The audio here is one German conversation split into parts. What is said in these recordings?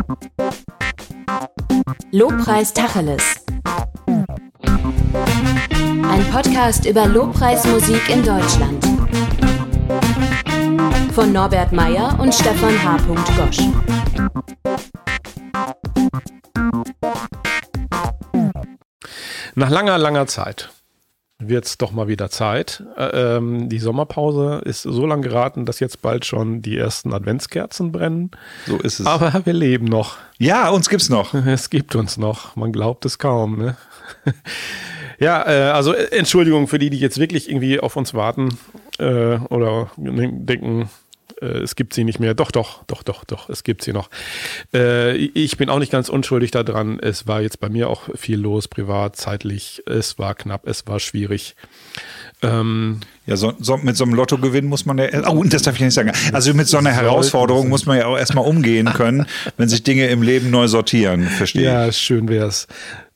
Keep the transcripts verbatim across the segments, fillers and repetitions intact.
Lobpreis Tacheles. Ein Podcast über Lobpreismusik in Deutschland. Von Norbert Meyer und Stefan H. Gosch. Nach langer, langer Zeit wird es doch mal wieder Zeit. Äh, ähm, die Sommerpause ist so lang geraten, dass jetzt bald schon die ersten Adventskerzen brennen. So ist es. Aber wir leben noch. Ja, uns gibt's noch. Es gibt uns noch. Man glaubt es kaum. Ne? Ja, äh, also äh, Entschuldigung für die, die jetzt wirklich irgendwie auf uns warten äh, oder denken, äh, es gibt sie nicht mehr. Doch, doch, doch, doch, doch, es gibt sie noch. Äh, ich bin auch nicht ganz unschuldig daran. Es war jetzt bei mir auch viel los, privat, zeitlich. Es war knapp, es war schwierig. Ähm, ja, so, so, mit so einem Lottogewinn muss man ja, oh, das darf ich nicht sagen. Also mit so einer Herausforderung muss man ja auch erstmal umgehen können, wenn sich Dinge im Leben neu sortieren, verstehe ich. Ja, schön wär's.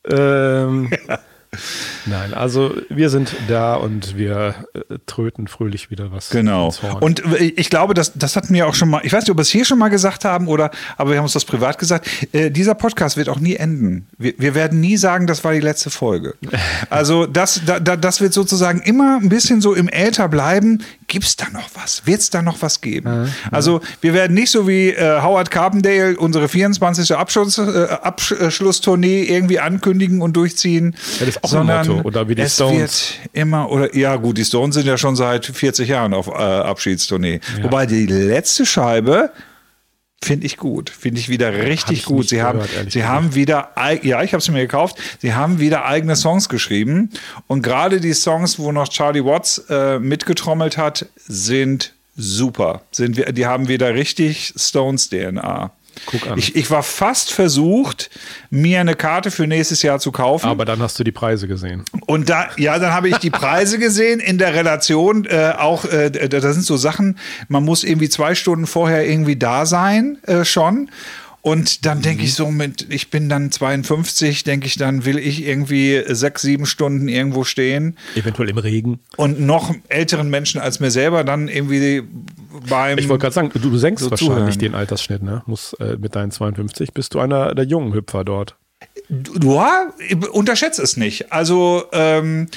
Ähm, ja. Nein, also wir sind da und wir äh, tröten fröhlich wieder was. Genau. Und ich glaube, das, das hatten wir auch schon mal, ich weiß nicht, ob wir es hier schon mal gesagt haben oder, aber wir haben uns das privat gesagt, äh, dieser Podcast wird auch nie enden. Wir, wir werden nie sagen, das war die letzte Folge. Also das, da, das wird sozusagen immer ein bisschen so im Äther bleiben. Gibt es da noch was? Wird es da noch was geben? Ja, ja. Also wir werden nicht so wie äh, Howard Carpendale unsere vierundzwanzigste Abschluss, äh, Abschlusstournee irgendwie ankündigen und durchziehen. Ja, das ist auch ein Motto. Oder wie die es Stones. Wird immer, oder ja gut, die Stones sind ja schon seit vierzig Jahren auf äh, Abschiedstournee. Ja. Wobei die letzte Scheibe finde ich gut. Finde ich wieder richtig gut. Sie haben, gehört, sie haben wieder, ja, ich habe sie mir gekauft, sie haben wieder eigene Songs geschrieben. Und gerade die Songs, wo noch Charlie Watts äh, mitgetrommelt hat, sind super. Sind, die haben wieder richtig Stones-D N A. Guck an. Ich, ich war fast versucht, mir eine Karte für nächstes Jahr zu kaufen. Aber dann hast du die Preise gesehen. Und da, ja, dann habe ich die Preise gesehen in der Relation. Äh, auch, äh, da sind so Sachen, man muss irgendwie zwei Stunden vorher irgendwie da sein, äh, schon. Und dann denke ich so mit, ich bin dann zweiundfünfzig, denke ich, dann will ich irgendwie sechs, sieben Stunden irgendwo stehen. Eventuell im Regen. Und noch älteren Menschen als mir selber dann irgendwie beim... Ich wollte gerade sagen, du, du senkst so wahrscheinlich zuhören. Den Altersschnitt, ne? Muss, äh, mit deinen zweiundfünfzig bist du einer der jungen Hüpfer dort. Du, ja, unterschätze es nicht. Also, ähm,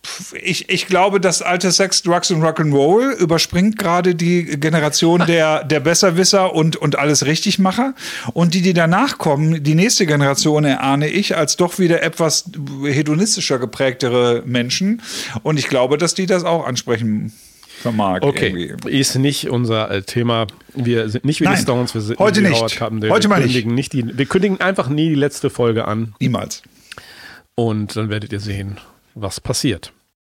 Ich, ich glaube, das alte Sex, Drugs und Rock'n'Roll überspringt gerade die Generation der, der Besserwisser und, und alles Richtigmacher. Und die, die danach kommen, die nächste Generation erahne ich als doch wieder etwas hedonistischer geprägtere Menschen. Und ich glaube, dass die das auch ansprechen vermag. Okay, irgendwie. Ist nicht unser Thema. Wir sind nicht wie Nein, die Stones. Wir sind heute wie nicht. Howard Carpendale. Heute wir mal kündigen nicht. nicht die, wir kündigen einfach nie die letzte Folge an. Niemals. Und dann werdet ihr sehen, was passiert.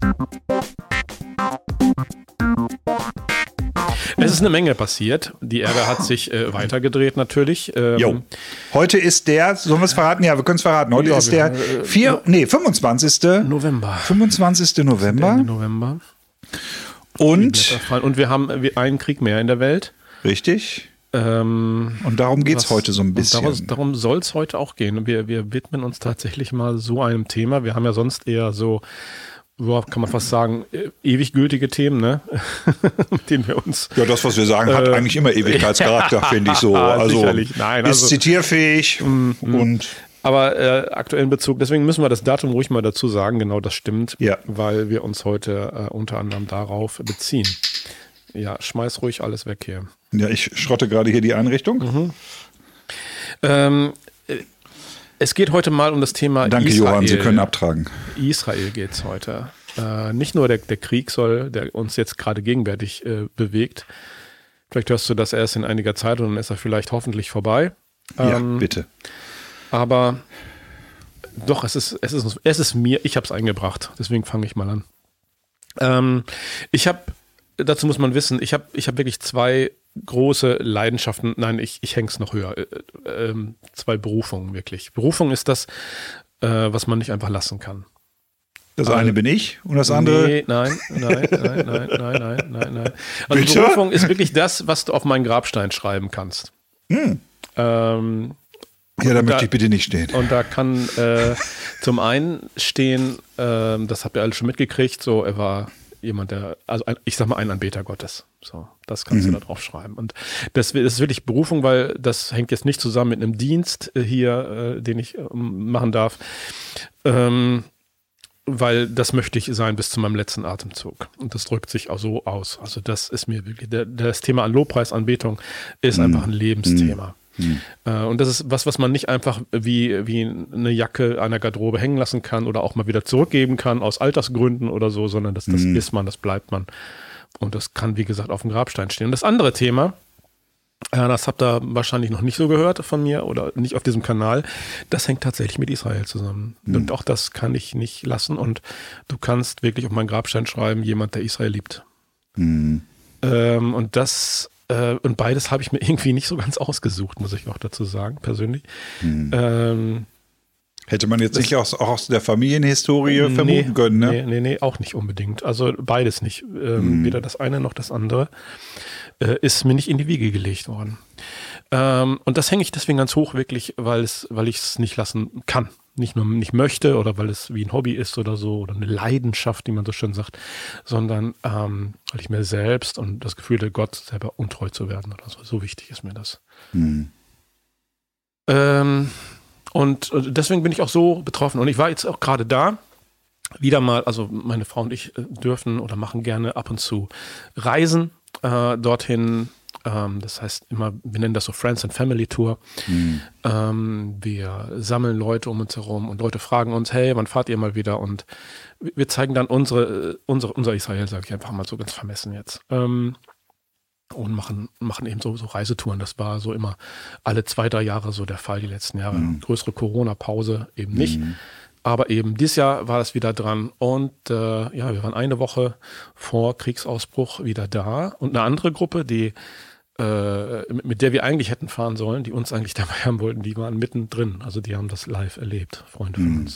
Es ist eine Menge passiert. Die Erde hat sich äh, weitergedreht natürlich. Ähm, jo. Heute ist der, sollen wir es verraten? Ja, wir können es verraten. Heute ja, ist der äh, vier, nee, fünfundzwanzigste November. fünfundzwanzigste November. Ende November. Und, Und wir haben einen Krieg mehr in der Welt. Richtig. Ähm, und darum geht es heute so ein bisschen. Darum, darum soll es heute auch gehen. Wir, wir widmen uns tatsächlich mal so einem Thema. Wir haben ja sonst eher so, kann man fast sagen, ewig gültige Themen, ne? mit denen wir uns... Ja, das, was wir sagen, äh, hat eigentlich immer Ewigkeitscharakter, finde ich so. Also sicherlich. Nein, also, ist zitierfähig mm, und... Aber äh, aktuellen Bezug, deswegen müssen wir das Datum ruhig mal dazu sagen, genau das stimmt, ja. weil wir uns heute äh, unter anderem darauf beziehen. Ja, schmeiß ruhig alles weg hier. Ja, ich schrotte gerade hier die Einrichtung. Mhm. Ähm, es geht heute mal um das Thema Danke, Israel. Johann, Sie können abtragen. Israel geht es heute. Äh, nicht nur der, der Krieg soll, der uns jetzt gerade gegenwärtig äh, bewegt. Vielleicht hörst du das erst in einiger Zeit und dann ist er vielleicht hoffentlich vorbei. Ja, ähm, bitte. Aber doch, es ist, es ist, es ist mir, ich habe es eingebracht. Deswegen fange ich mal an. Ähm, ich habe, dazu muss man wissen, ich habe ich hab wirklich zwei große Leidenschaften. Nein, ich, ich hänge es noch höher. Äh, äh, zwei Berufungen wirklich. Berufung ist das, äh, was man nicht einfach lassen kann. Das eine ähm, bin ich und das andere... Nee, nein, nein, nein, nein, nein, nein, nein, nein. Also Bitte? Berufung ist wirklich das, was du auf meinen Grabstein schreiben kannst. Hm. Ähm, ja, da möchte da, ich bitte nicht stehen. Und da kann äh, zum einen stehen, äh, das habt ihr alle schon mitgekriegt, so er war jemand, der, also ein, ich sag mal, ein Anbeter Gottes. So, das kannst Mhm. du da drauf schreiben. Und das, das ist wirklich Berufung, weil das hängt jetzt nicht zusammen mit einem Dienst äh, hier, äh, den ich äh, machen darf. Ähm, weil das möchte ich sein bis zu meinem letzten Atemzug. Und das drückt sich auch so aus. Also das ist mir wirklich, der, das Thema an Lobpreisanbetung ist Mhm. einfach ein Lebensthema. Mhm. Äh, und das ist was, was man nicht einfach wie, wie eine Jacke an der Garderobe hängen lassen kann oder auch mal wieder zurückgeben kann aus Altersgründen oder so, sondern das, das Mhm. ist man, das bleibt man. Und das kann, wie gesagt, auf dem Grabstein stehen. Und das andere Thema, äh, das habt ihr wahrscheinlich noch nicht so gehört von mir oder nicht auf diesem Kanal, das hängt tatsächlich mit Israel zusammen. Mhm. Und auch das kann ich nicht lassen. Und du kannst wirklich auf meinen Grabstein schreiben, jemand, der Israel liebt. Mhm. Ähm, und das, äh, und beides habe ich mir irgendwie nicht so ganz ausgesucht, muss ich auch dazu sagen, persönlich. Mhm. Ähm, Hätte man jetzt nicht aus, auch aus der Familienhistorie nee, vermuten können, ne? Nee, nee, nee, auch nicht unbedingt. Also beides nicht. Ähm, Mhm. Weder das eine noch das andere äh, ist mir nicht in die Wiege gelegt worden. Ähm, und das hänge ich deswegen ganz hoch, wirklich, weil es, weil ich es nicht lassen kann. Nicht nur nicht möchte oder weil es wie ein Hobby ist oder so oder eine Leidenschaft, wie man so schön sagt, sondern ähm, weil ich mir selbst und das Gefühl der Gott selber untreu zu werden oder so. So wichtig ist mir das. Mhm. Ähm, und deswegen bin ich auch so betroffen. Und ich war jetzt auch gerade da, wieder mal, also meine Frau und ich äh, dürfen oder machen gerne ab und zu Reisen äh, dorthin. Ähm, das heißt immer, wir nennen das so Friends and Family Tour. Mhm. Ähm, wir sammeln Leute um uns herum und Leute fragen uns, hey, wann fahrt ihr mal wieder? Und wir zeigen dann unsere, unsere unser Israel, sage ich einfach mal so ganz vermessen jetzt. Ähm, und machen, machen eben so, so Reisetouren. Das war so immer alle zwei, drei Jahre so der Fall, die letzten Jahre. Mhm. Größere Corona-Pause eben nicht. Mhm. Aber eben dieses Jahr war es wieder dran. Und äh, ja, wir waren eine Woche vor Kriegsausbruch wieder da. Und eine andere Gruppe, die äh, mit, mit der wir eigentlich hätten fahren sollen, die uns eigentlich dabei haben wollten, die waren mittendrin. Also die haben das live erlebt, Freunde von Mhm. uns.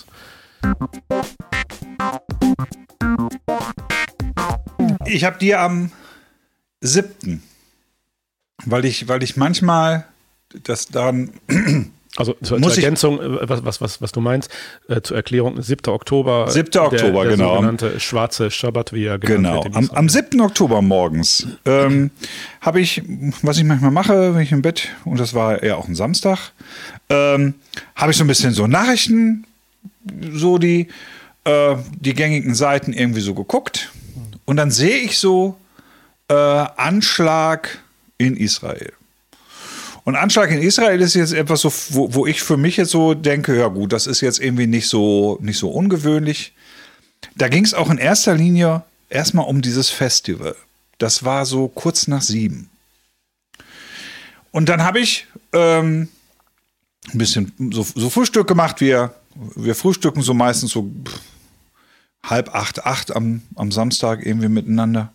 Ich habe dir am siebten Weil ich, weil ich manchmal das dann. Also zur, Muss zur ich- Ergänzung, äh, was, was, was, was du meinst, äh, zur Erklärung, siebter Oktober. siebter Oktober, der, der genau. sogenannte schwarze Schabbat, wie er genannt Genau, wird in am, Israel. am siebten Oktober morgens ähm, habe ich, was ich manchmal mache, wenn ich im Bett, und das war ja auch ein Samstag, ähm, habe ich so ein bisschen so Nachrichten, so die, äh, die gängigen Seiten irgendwie so geguckt. Und dann sehe ich so äh, Anschlag in Israel. Und Anschlag in Israel ist jetzt etwas so, wo, wo ich für mich jetzt so denke, ja gut, das ist jetzt irgendwie nicht so, nicht so ungewöhnlich. Da ging es auch in erster Linie erstmal um dieses Festival. Das war so kurz nach sieben. Und dann habe ich ähm, ein bisschen so, so Frühstück gemacht. Wir, wir frühstücken so meistens so pff, halb acht, acht am, am Samstag irgendwie miteinander.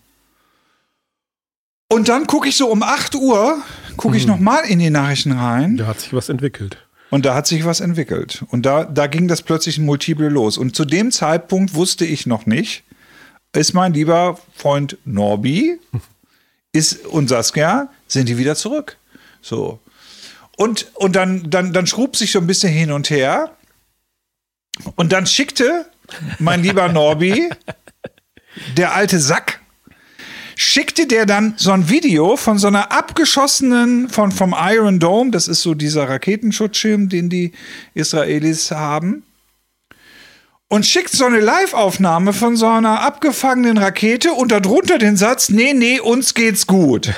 Und dann gucke ich so um acht Uhr, gucke ich Mhm. noch mal in die Nachrichten rein. Da hat sich was entwickelt. Und da hat sich was entwickelt. Und da, da ging das plötzlich ein Multiple los. Und zu dem Zeitpunkt wusste ich noch nicht, ist mein lieber Freund Norbi ist, und Saskia, sind die wieder zurück. So. Und, und dann, dann, dann schrub sich so ein bisschen hin und her. Und dann schickte mein lieber Norbi, der alte Sack, schickte der dann so ein Video von so einer abgeschossenen, von, vom Iron Dome, das ist so dieser Raketenschutzschirm, den die Israelis haben, und schickt so eine Live-Aufnahme von so einer abgefangenen Rakete und darunter den Satz, nee, nee, uns geht's gut.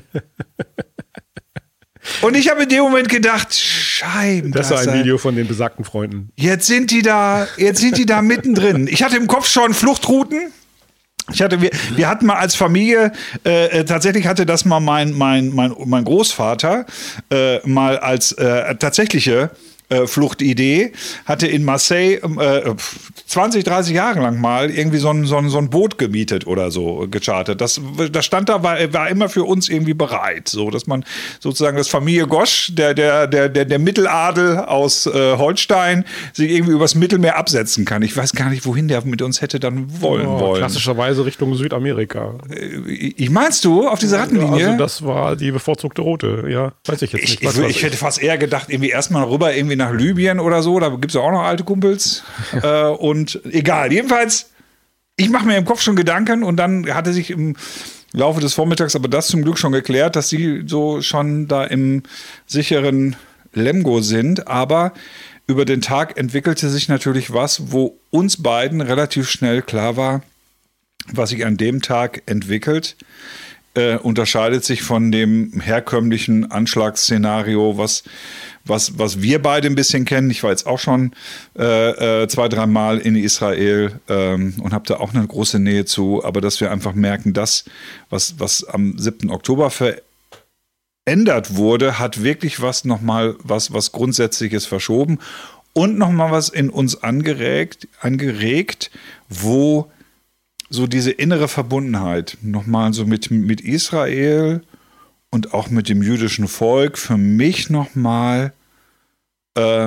Und ich habe in dem Moment gedacht, Scheiben. Das war ein Video von den besagten Freunden. Jetzt sind die da, jetzt sind die da mittendrin. Ich hatte im Kopf schon Fluchtrouten. Ich hatte, wir, wir hatten mal als Familie, äh, tatsächlich hatte das mal mein, mein, mein, mein Großvater äh, mal als äh, tatsächliche äh, Fluchtidee, hatte in Marseille äh, zwanzig, dreißig Jahre lang mal irgendwie so ein, so ein, so ein Boot gemietet oder so gechartert. Das, das stand da, war, war immer für uns irgendwie bereit, so dass man sozusagen das Familie Gosch, der, der, der, der, der Mitteladel aus äh, Holstein, sich irgendwie übers Mittelmeer absetzen kann. Ich weiß gar nicht, wohin der mit uns hätte dann wollen Oh, wollen. klassischerweise Richtung Südamerika. Ich meinst du, auf dieser Rattenlinie? Also das war die bevorzugte Route, ja, weiß ich jetzt ich, nicht. ich, Was würd- weiß ich hätte fast eher gedacht, irgendwie erstmal rüber irgendwie nach Libyen oder so, da gibt es ja auch noch alte Kumpels. äh, und egal, jedenfalls ich mache mir im Kopf schon Gedanken und dann hatte sich im Laufe des Vormittags aber das zum Glück schon geklärt, dass sie so schon da im sicheren Lemgo sind. Aber über den Tag entwickelte sich natürlich was, wo uns beiden relativ schnell klar war, was sich an dem Tag entwickelt, äh, unterscheidet sich von dem herkömmlichen Anschlagsszenario, was, was, was wir beide ein bisschen kennen. Ich war jetzt auch schon äh, äh, zwei, drei Mal in Israel ähm, und habe da auch eine große Nähe zu, aber dass wir einfach merken, das, was, was am siebten Oktober verändert wurde, hat wirklich was nochmal, was, was Grundsätzliches verschoben und nochmal was in uns angeregt, angeregt, wo so diese innere Verbundenheit nochmal so mit, mit Israel und auch mit dem jüdischen Volk für mich nochmal, äh,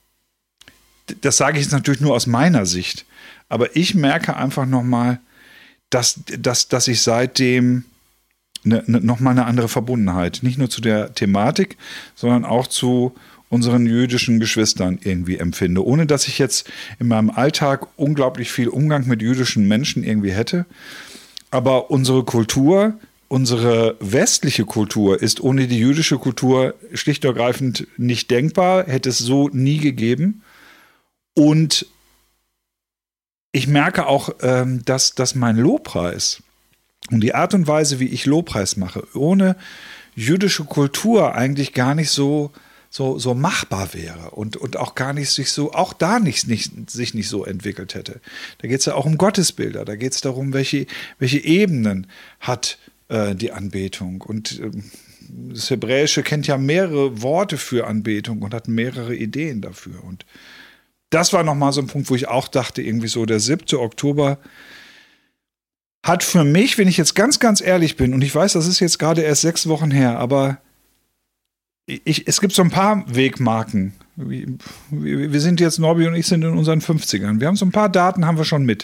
das sage ich jetzt natürlich nur aus meiner Sicht, aber ich merke einfach nochmal, dass, dass, dass ich seitdem ne, ne, nochmal eine andere Verbundenheit, nicht nur zu der Thematik, sondern auch zu unseren jüdischen Geschwistern irgendwie empfinde, ohne dass ich jetzt in meinem Alltag unglaublich viel Umgang mit jüdischen Menschen irgendwie hätte. Aber unsere Kultur, unsere westliche Kultur ist ohne die jüdische Kultur schlicht und ergreifend nicht denkbar, hätte es so nie gegeben. Und ich merke auch, ähm, dass, dass mein Lobpreis und die Art und Weise, wie ich Lobpreis mache, ohne jüdische Kultur eigentlich gar nicht so So, so machbar wäre und, und auch gar nicht sich so, auch da nicht, nicht, sich nicht so entwickelt hätte. Da geht es ja auch um Gottesbilder, da geht es darum, welche, welche Ebenen hat äh, die Anbetung. Und äh, das Hebräische kennt ja mehrere Worte für Anbetung und hat mehrere Ideen dafür. Und das war nochmal so ein Punkt, wo ich auch dachte, irgendwie so der siebte Oktober hat für mich, wenn ich jetzt ganz, ganz ehrlich bin, und ich weiß, das ist jetzt gerade erst sechs Wochen her, aber Ich, es gibt so ein paar Wegmarken. Wir, wir sind jetzt, Norbi und ich sind in unseren fünfzigern. Wir haben so ein paar Daten, haben wir schon mit.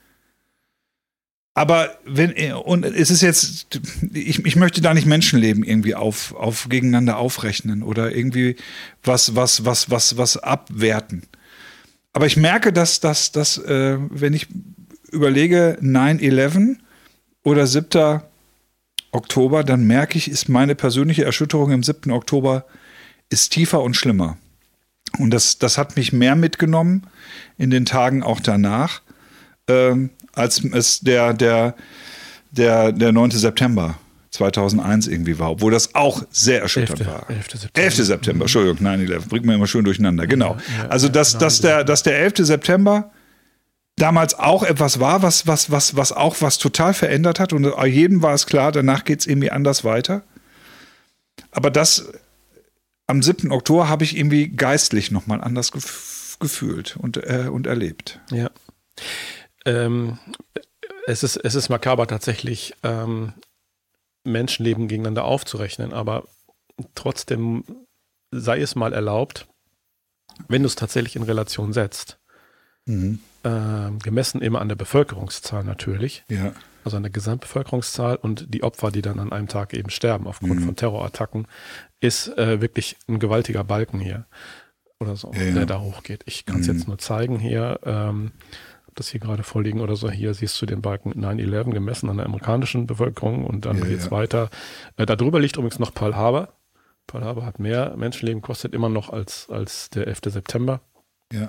Aber wenn, und es ist jetzt, ich, ich möchte da nicht Menschenleben irgendwie auf, auf gegeneinander aufrechnen oder irgendwie was, was, was, was, was abwerten. Aber ich merke, dass, dass, dass äh, wenn ich überlege, nine eleven oder siebter Oktober, dann merke ich, ist meine persönliche Erschütterung im siebten Oktober ist tiefer und schlimmer. Und das, das hat mich mehr mitgenommen in den Tagen auch danach, ähm, als es der, der, der, der neunte September zweitausendeins irgendwie war, obwohl das auch sehr erschütternd elfte war. elfte September. elfte September, Entschuldigung, nine eleven, bringt man immer schön durcheinander, genau. Ja, ja, also, dass, ja, dass, der, dass der elfte September damals auch etwas war, was, was, was, was auch was total verändert hat und jedem war es klar, danach geht es irgendwie anders weiter. Aber das am siebten Oktober habe ich irgendwie geistlich nochmal anders gef- gefühlt und, äh, und erlebt. Ja. Ähm, es ist, es ist makaber tatsächlich, ähm, Menschenleben gegeneinander aufzurechnen, aber trotzdem sei es mal erlaubt, wenn du es tatsächlich in Relation setzt. Mhm. Äh, gemessen immer an der Bevölkerungszahl natürlich, Ja. also an der Gesamtbevölkerungszahl und die Opfer, die dann an einem Tag eben sterben aufgrund Mhm. von Terrorattacken, ist äh, wirklich ein gewaltiger Balken hier oder so, Ja, ja. der da hochgeht. Ich kann es Mhm. jetzt nur zeigen hier, ähm, hab das hier gerade vorliegen oder so. Hier siehst du den Balken nine eleven gemessen an der amerikanischen Bevölkerung und dann Ja, geht's ja. weiter. Äh, darüber liegt übrigens noch Pearl Harbor. Pearl Harbor hat mehr Menschenleben gekostet immer noch als, als der elfte September. Ja.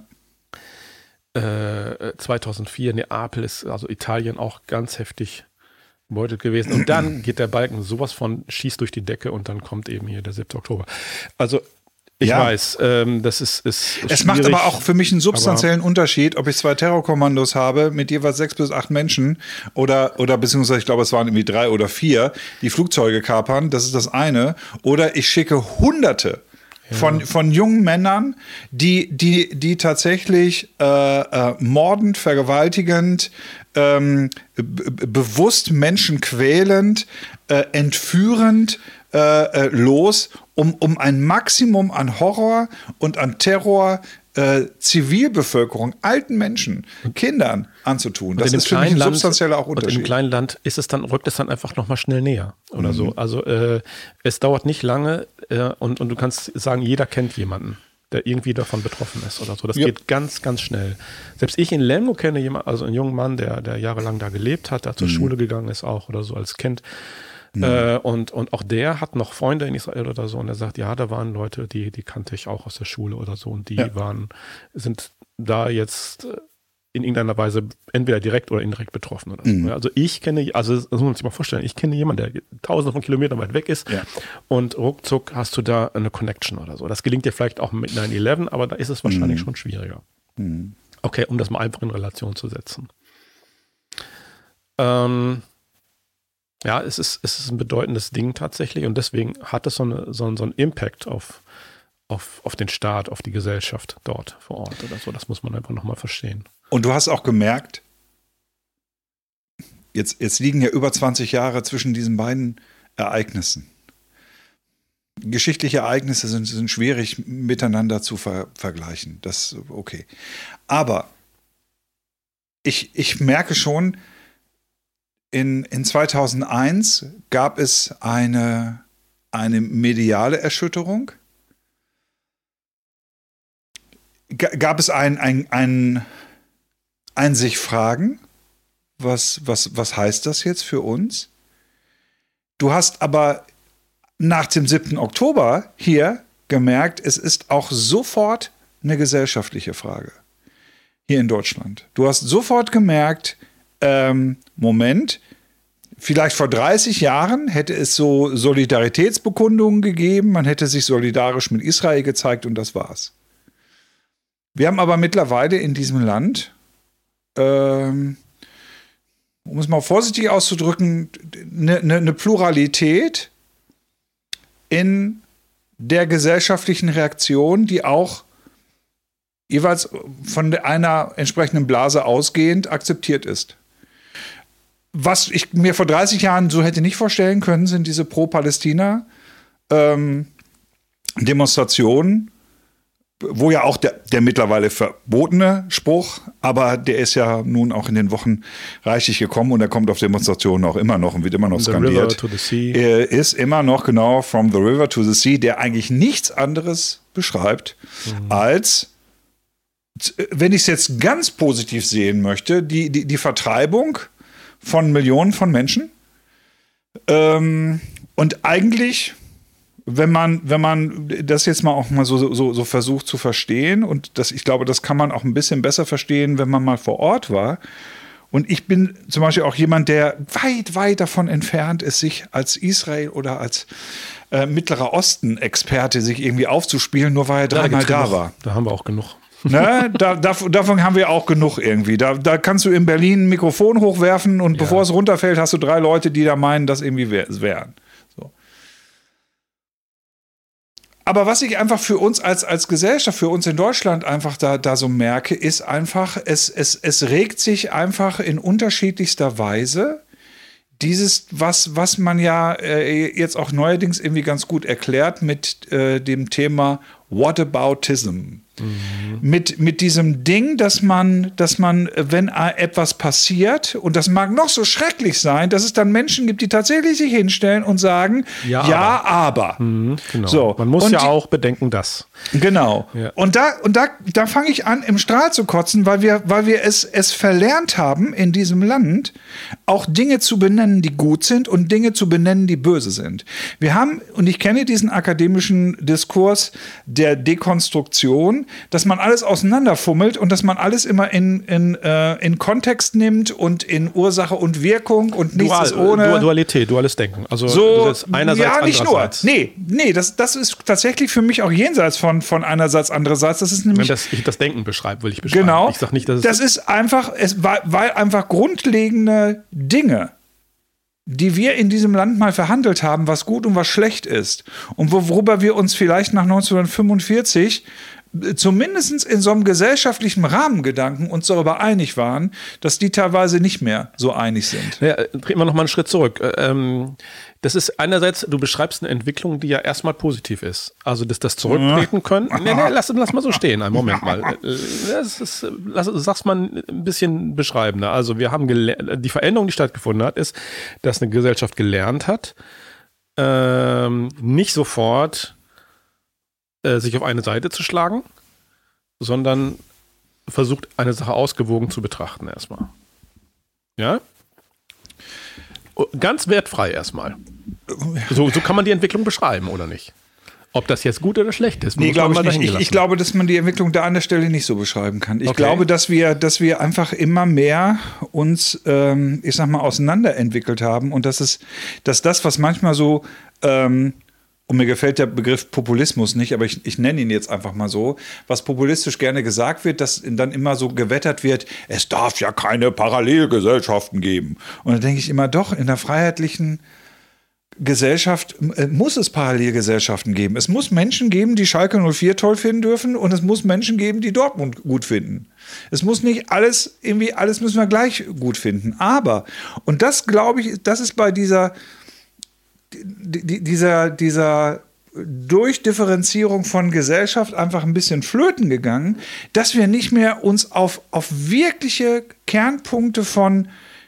Äh, zweitausendvier, Neapel ist, also Italien, auch ganz heftig gebeutelt gewesen. Und dann geht der Balken sowas von schießt durch die Decke und dann kommt eben hier der siebte Oktober. Also ich Ja. weiß, ähm, das ist, ist Es schwierig, macht aber auch für mich einen substanziellen Unterschied, ob ich zwei Terrorkommandos habe mit jeweils sechs bis acht Menschen oder, oder beziehungsweise ich glaube, es waren irgendwie drei oder vier, die Flugzeuge kapern, das ist das eine. Oder ich schicke Hunderte von, von jungen Männern, die, die, die tatsächlich äh, äh, mordend, vergewaltigend, ähm, b- b- bewusst Menschen quälend, äh, entführend äh, äh, los, um, um ein Maximum an Horror und an Terror äh, Zivilbevölkerung, alten Menschen, Kindern anzutun. Das in dem ist für mich ein kleinen Land- substanzieller auch Und in Unterschied. einem kleinen Land ist es dann, rückt es dann einfach nochmal schnell näher oder Mhm. so. Also äh, es dauert nicht lange äh, und, und du kannst sagen, jeder kennt jemanden, der irgendwie davon betroffen ist oder so. Das Ja. geht ganz, ganz schnell. Selbst ich in Lemgo kenne jemanden, also einen jungen Mann, der, der jahrelang da gelebt hat, der zur Mhm. Schule gegangen ist auch oder so als Kind. Mhm. Äh, und, und auch der hat noch Freunde in Israel oder so und er sagt, ja, da waren Leute, die, die kannte ich auch aus der Schule oder so und die Ja. waren, sind da jetzt äh, in irgendeiner Weise entweder direkt oder indirekt betroffen oder so. Mhm. Ja, also ich kenne, also das muss man sich mal vorstellen, ich kenne jemanden, der tausende von Kilometern weit weg ist Ja. und ruckzuck hast du da eine Connection oder so. Das gelingt dir vielleicht auch mit neun elf, aber da ist es wahrscheinlich Mhm. schon schwieriger. Mhm. Okay, um das mal einfach in Relation zu setzen. Ähm, ja, es ist, es ist ein bedeutendes Ding tatsächlich und deswegen hat es so, eine, so, so einen Impact auf, auf, auf den Staat, auf die Gesellschaft dort vor Ort oder so. Das muss man einfach nochmal verstehen. Und du hast auch gemerkt, jetzt, jetzt liegen ja über zwanzig Jahre zwischen diesen beiden Ereignissen. Geschichtliche Ereignisse sind, sind schwierig miteinander zu ver vergleichen. Das okay. Aber ich, ich merke schon, in, in zweitausendeins gab es eine, eine mediale Erschütterung. G gab es ein, ein, ein, ein sich fragen, was, was, was heißt das jetzt für uns? Du hast aber nach dem siebten Oktober hier gemerkt, es ist auch sofort eine gesellschaftliche Frage hier in Deutschland. Du hast sofort gemerkt, ähm, Moment, vielleicht vor dreißig Jahren hätte es so Solidaritätsbekundungen gegeben, man hätte sich solidarisch mit Israel gezeigt und das war's. Wir haben aber mittlerweile in diesem Land, ähm, um es mal vorsichtig auszudrücken, eine, eine, eine Pluralität in der gesellschaftlichen Reaktion, die auch jeweils von einer entsprechenden Blase ausgehend akzeptiert ist. Was ich mir vor dreißig Jahren so hätte nicht vorstellen können, sind diese Pro-Palästina-Demonstrationen, ähm, wo ja auch der, der mittlerweile verbotene Spruch, aber der ist ja nun auch in den Wochen reichlich gekommen und er kommt auf Demonstrationen auch immer noch und wird immer noch The skandiert. river to the sea. Er ist immer noch genau from the river to the sea, der eigentlich nichts anderes beschreibt, mhm. als, wenn ich es jetzt ganz positiv sehen möchte, die, die, die Vertreibung von Millionen von Menschen. Ähm, und eigentlich, wenn man, wenn man das jetzt mal auch mal so, so, so versucht zu verstehen, und das, ich glaube, das kann man auch ein bisschen besser verstehen, wenn man mal vor Ort war. Und ich bin zum Beispiel auch jemand, der weit, weit davon entfernt ist, sich als Israel oder als äh, Mittlerer Osten-Experte sich irgendwie aufzuspielen, nur weil er dreimal da, da genug. war. Da haben wir auch genug. Ne, da, da, davon haben wir auch genug irgendwie. Da, da kannst du in Berlin ein Mikrofon hochwerfen und ja. bevor es runterfällt, hast du drei Leute, die da meinen, das irgendwie wären. So. Aber was ich einfach für uns als, als Gesellschaft, für uns in Deutschland einfach da, da so merke, ist einfach, es, es, es regt sich einfach in unterschiedlichster Weise dieses, was, was man ja äh, jetzt auch neuerdings irgendwie ganz gut erklärt mit äh, dem Thema Whataboutism. Mhm. Mit, mit diesem Ding, dass man, dass man, wenn etwas passiert, und das mag noch so schrecklich sein, dass es dann Menschen gibt, die tatsächlich sich hinstellen und sagen, ja, ja aber. aber. Mhm, genau. So. Man muss und ja die, auch bedenken, dass. Genau. Ja. Und da, und da, da fange ich an, im Strahl zu kotzen, weil wir, weil wir es, es verlernt haben, in diesem Land auch Dinge zu benennen, die gut sind und Dinge zu benennen, die böse sind. Wir haben, und ich kenne diesen akademischen Diskurs der Dekonstruktion, dass man alles auseinanderfummelt und dass man alles immer in, in, äh, in Kontext nimmt und in Ursache und Wirkung und nichts Dual, ist ohne. Dualität, duales Denken. Also so, das ist einerseits, ja, nicht andererseits. nur. Nee, nee, das, das ist tatsächlich für mich auch jenseits von, von einerseits, andererseits. Das ist nämlich. Wenn das, ich das Denken beschreibe, will ich beschreiben. Genau. Ich sag nicht, dass es das ist einfach, es, weil, weil einfach grundlegende Dinge, die wir in diesem Land mal verhandelt haben, was gut und was schlecht ist. Und worüber wir uns vielleicht nach neunzehnhundertfünfundvierzig zumindest in so einem gesellschaftlichen Rahmengedanken uns darüber einig waren, dass die teilweise nicht mehr so einig sind. Ja, treten wir noch mal einen Schritt zurück. Ähm, das ist einerseits, du beschreibst eine Entwicklung, die ja erstmal positiv ist. Also, dass das Zurücktreten können. Nee, nee, lass, lass mal so stehen. Einen Moment mal. Das ist, lass, sag's mal ein bisschen beschreibender. Also, wir haben die Veränderung, die stattgefunden hat, ist, dass eine Gesellschaft gelernt hat, ähm, nicht sofort äh, sich auf eine Seite zu schlagen, sondern versucht, eine Sache ausgewogen zu betrachten erstmal. Ja? Ganz wertfrei erstmal. So, so kann man die Entwicklung beschreiben, oder nicht? Ob das jetzt gut oder schlecht ist. Nee, glaube ich nicht. Ich, ich glaube, dass man die Entwicklung da an der Stelle nicht so beschreiben kann. Ich okay. glaube, dass wir, dass wir einfach immer mehr uns, ähm, ich sag mal, auseinanderentwickelt haben und dass es, dass das, was manchmal so, ähm, und mir gefällt der Begriff Populismus nicht, aber ich, ich nenne ihn jetzt einfach mal so, was populistisch gerne gesagt wird, dass dann immer so gewettert wird, es darf ja keine Parallelgesellschaften geben. Und da denke ich immer, doch, in der freiheitlichen Gesellschaft äh, muss es Parallelgesellschaften geben. Es muss Menschen geben, die Schalke null vier toll finden dürfen und es muss Menschen geben, die Dortmund gut finden. Es muss nicht alles, irgendwie alles müssen wir gleich gut finden. Aber, und das glaube ich, das ist bei dieser, die, dieser, dieser Durchdifferenzierung von Gesellschaft einfach ein bisschen flöten gegangen, dass wir nicht mehr uns auf, auf wirkliche Kernpunkte von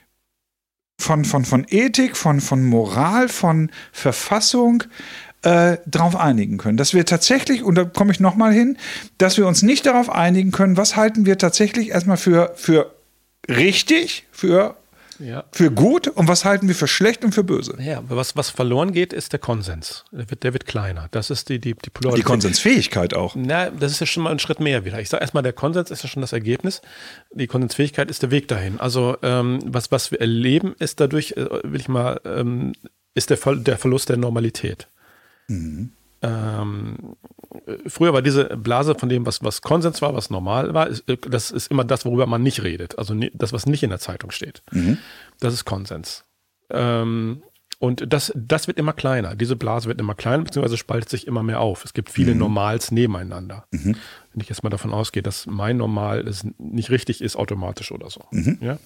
Von, von, von Ethik, von, von Moral, von Verfassung äh, darauf einigen können. Dass wir tatsächlich, und da komme ich nochmal hin, dass wir uns nicht darauf einigen können, was halten wir tatsächlich erstmal für, für richtig, für, ja. für gut und was halten wir für schlecht und für böse. Ja, was, was verloren geht, ist der Konsens. Der wird, der wird kleiner. Das ist die, die, die Die Konsensfähigkeit auch. Na, das ist ja schon mal ein Schritt mehr wieder. Ich sage erstmal, der Konsens ist ja schon das Ergebnis. Die Konsensfähigkeit ist der Weg dahin. Also ähm, was, was wir erleben, ist dadurch, äh, will ich mal, ähm, ist der, Ver- der Verlust der Normalität. Mhm. Ähm, früher war diese Blase von dem, was, was Konsens war, was normal war, ist, das ist immer das, worüber man nicht redet. Also das, was nicht in der Zeitung steht. Mhm. Das ist Konsens. Ähm, und das, das wird immer kleiner. Diese Blase wird immer kleiner, beziehungsweise spaltet sich immer mehr auf. Es gibt viele mhm. Normals nebeneinander. Mhm. Wenn ich jetzt mal davon ausgehe, dass mein Normal das nicht richtig ist, automatisch oder so. Mhm. Ja?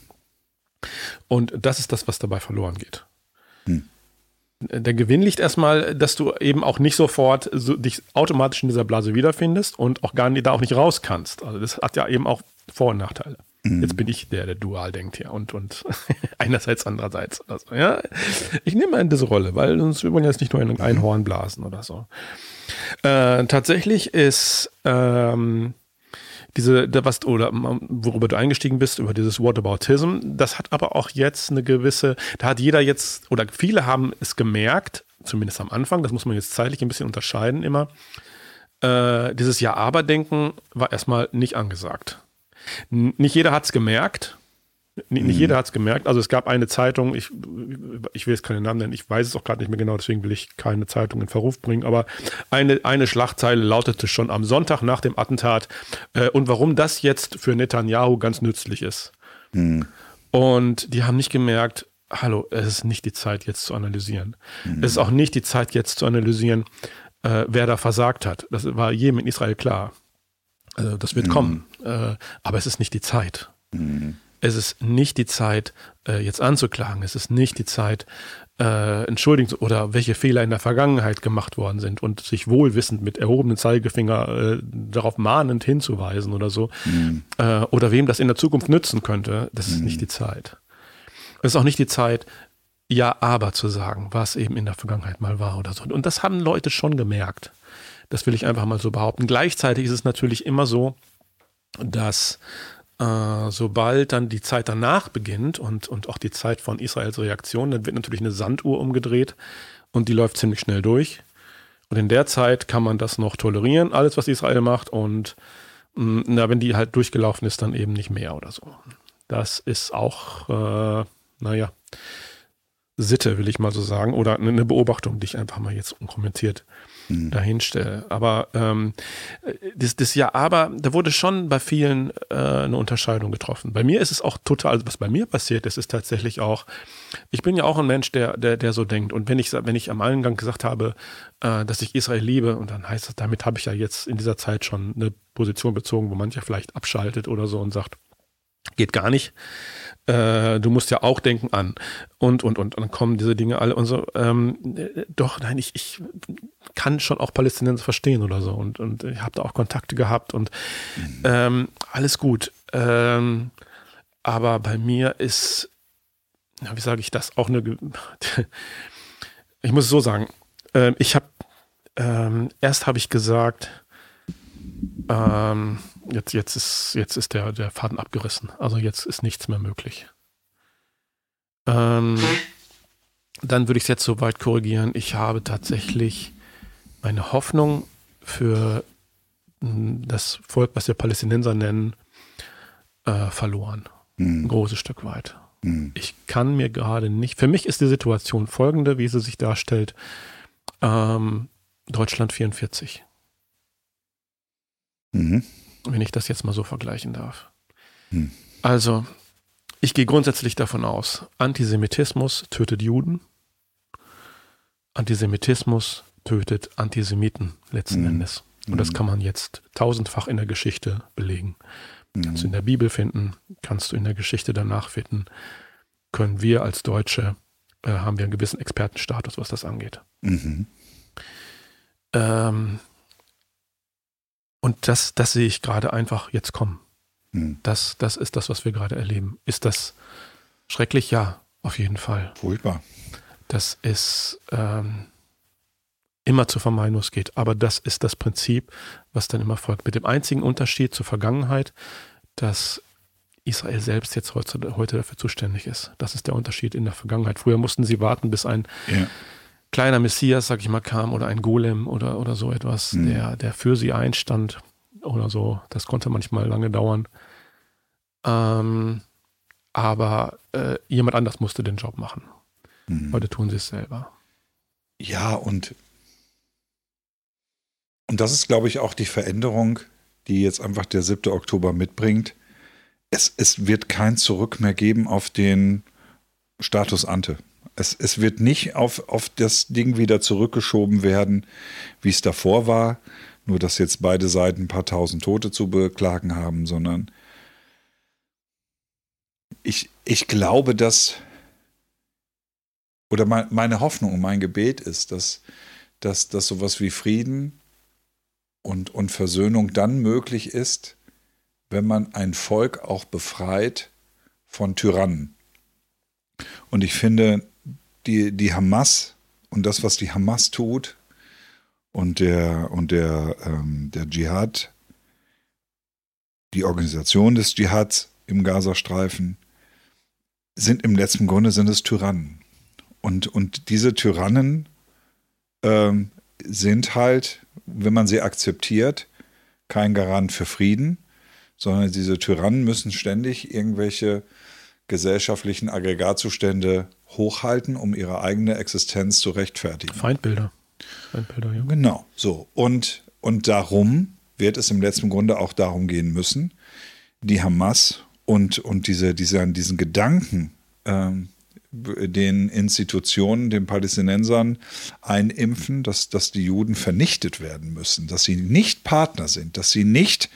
Und das ist das, was dabei verloren geht. Mhm. Der Gewinn liegt erstmal, dass du eben auch nicht sofort so dich automatisch in dieser Blase wiederfindest und auch gar nicht, da auch nicht raus kannst. Also das hat ja eben auch Vor- und Nachteile. Mhm. Jetzt bin ich der, der dual denkt hier und, und einerseits, andererseits. Oder so. Ja, ich nehme mal in diese Rolle, weil sonst wir wollen jetzt nicht nur in ein Horn blasen oder so. Äh, tatsächlich ist ähm, diese, was, oder worüber du eingestiegen bist, über dieses Whataboutism, das hat aber auch jetzt eine gewisse, da hat jeder jetzt, oder viele haben es gemerkt, zumindest am Anfang, das muss man jetzt zeitlich ein bisschen unterscheiden immer, äh, dieses Ja-Aber-Denken war erstmal nicht angesagt. N- nicht jeder hat es gemerkt, N- nicht mhm. jeder hat es gemerkt, also es gab eine Zeitung, ich, ich will jetzt keinen Namen nennen, ich weiß es auch gerade nicht mehr genau, deswegen will ich keine Zeitung in Verruf bringen, aber eine, eine Schlagzeile lautete schon am Sonntag nach dem Attentat äh, und warum das jetzt für Netanyahu ganz nützlich ist. Mhm. Und die haben nicht gemerkt, hallo, es ist nicht die Zeit jetzt zu analysieren. Mhm. Es ist auch nicht die Zeit jetzt zu analysieren, äh, wer da versagt hat. Das war jedem in Israel klar. Also das wird mhm. kommen, äh, aber es ist nicht die Zeit. Mhm. Es ist nicht die Zeit, äh, jetzt anzuklagen. Es ist nicht die Zeit, äh, entschuldigen oder welche Fehler in der Vergangenheit gemacht worden sind und sich wohlwissend mit erhobenem Zeigefinger äh, darauf mahnend hinzuweisen oder so. Mhm. Äh, oder wem das in der Zukunft nützen könnte. Das ist mhm. nicht die Zeit. Es ist auch nicht die Zeit, ja, aber zu sagen, was eben in der Vergangenheit mal war oder so. Und das haben Leute schon gemerkt. Das will ich einfach mal so behaupten. Gleichzeitig ist es natürlich immer so, dass Äh, sobald dann die Zeit danach beginnt und, und auch die Zeit von Israels Reaktion, dann wird natürlich eine Sanduhr umgedreht und die läuft ziemlich schnell durch. Und in der Zeit kann man das noch tolerieren, alles, was Israel macht. Und mh, na, wenn die halt durchgelaufen ist, dann eben nicht mehr oder so. Das ist auch, äh, naja, Sitte, will ich mal so sagen. Oder eine Beobachtung, die ich einfach mal jetzt unkommentiert dahin stelle. Aber ähm, das, das ja, aber da wurde schon bei vielen äh, eine Unterscheidung getroffen. Bei mir ist es auch total, also was bei mir passiert ist, ist tatsächlich auch, ich bin ja auch ein Mensch, der, der, der so denkt. Und wenn ich, wenn ich am Eingang gesagt habe, äh, dass ich Israel liebe, und dann heißt das, damit habe ich ja jetzt in dieser Zeit schon eine Position bezogen, wo mancher vielleicht abschaltet oder so und sagt, geht gar nicht. Äh, du musst ja auch denken an. Und, und, und. Und dann kommen diese Dinge alle und so. Ähm, doch, nein, ich, ich kann schon auch Palästinenser verstehen oder so. Und, und ich habe da auch Kontakte gehabt und mhm. ähm, alles gut. Ähm, aber bei mir ist, wie sage ich das, auch eine, ich muss es so sagen, äh, ich habe ähm, erst habe ich gesagt, ähm, jetzt, jetzt ist, jetzt ist der, der Faden abgerissen. Also jetzt ist nichts mehr möglich. Ähm, dann würde ich es jetzt so weit korrigieren. Ich habe tatsächlich meine Hoffnung für das Volk, was wir Palästinenser nennen, äh, verloren. Hm. Ein großes Stück weit. Hm. Ich kann mir gerade nicht, für mich ist die Situation folgende, wie sie sich darstellt. Ähm, Deutschland vierundvierzig. Mhm. Wenn ich das jetzt mal so vergleichen darf. Mhm. Also, ich gehe grundsätzlich davon aus, Antisemitismus tötet Juden, Antisemitismus tötet Antisemiten letzten mhm. Endes. Und das kann man jetzt tausendfach in der Geschichte belegen. Mhm. Kannst du in der Bibel finden, kannst du in der Geschichte danach finden. Können wir als Deutsche, äh, haben wir einen gewissen Expertenstatus, was das angeht. Mhm. Ähm, und das, das sehe ich gerade einfach jetzt kommen. Mhm. Das, das ist das, was wir gerade erleben. Ist das schrecklich? Ja, auf jeden Fall. Furchtbar. Das ist ähm, immer zu vermeiden, wo es geht. Aber das ist das Prinzip, was dann immer folgt. Mit dem einzigen Unterschied zur Vergangenheit, dass Israel selbst jetzt heute, heute dafür zuständig ist. Das ist der Unterschied in der Vergangenheit. Früher mussten sie warten, bis ein ja. kleiner Messias, sag ich mal, kam oder ein Golem oder, oder so etwas, mhm. der, der für sie einstand oder so. Das konnte manchmal lange dauern. Ähm, aber äh, jemand anders musste den Job machen. Mhm. Heute tun sie es selber. Ja, und, und das ist, glaube ich, auch die Veränderung, die jetzt einfach der siebte Oktober mitbringt. Es, es wird kein Zurück mehr geben auf den Status ante. Es, es wird nicht auf, auf das Ding wieder zurückgeschoben werden, wie es davor war, nur dass jetzt beide Seiten ein paar tausend Tote zu beklagen haben, sondern ich, ich glaube, dass, oder mein, meine Hoffnung und mein Gebet ist, dass, dass, dass sowas wie Frieden und, und Versöhnung dann möglich ist, wenn man ein Volk auch befreit von Tyrannen. Und ich finde, die, die Hamas und das, was die Hamas tut und der, und der, ähm, der Dschihad, die Organisation des Dschihads im Gazastreifen, sind im letzten Grunde sind es Tyrannen. Und, und diese Tyrannen ähm, sind halt, wenn man sie akzeptiert, kein Garant für Frieden, sondern diese Tyrannen müssen ständig irgendwelche gesellschaftlichen Aggregatzustände hochhalten, um ihre eigene Existenz zu rechtfertigen. Feindbilder. Feindbilder, ja. Genau, so. Und, und darum wird es im letzten Grunde auch darum gehen müssen, die Hamas und, und diese, diese, diesen Gedanken, ähm, den Institutionen, den Palästinensern einimpfen, dass, dass die Juden vernichtet werden müssen, dass sie nicht Partner sind, dass sie nicht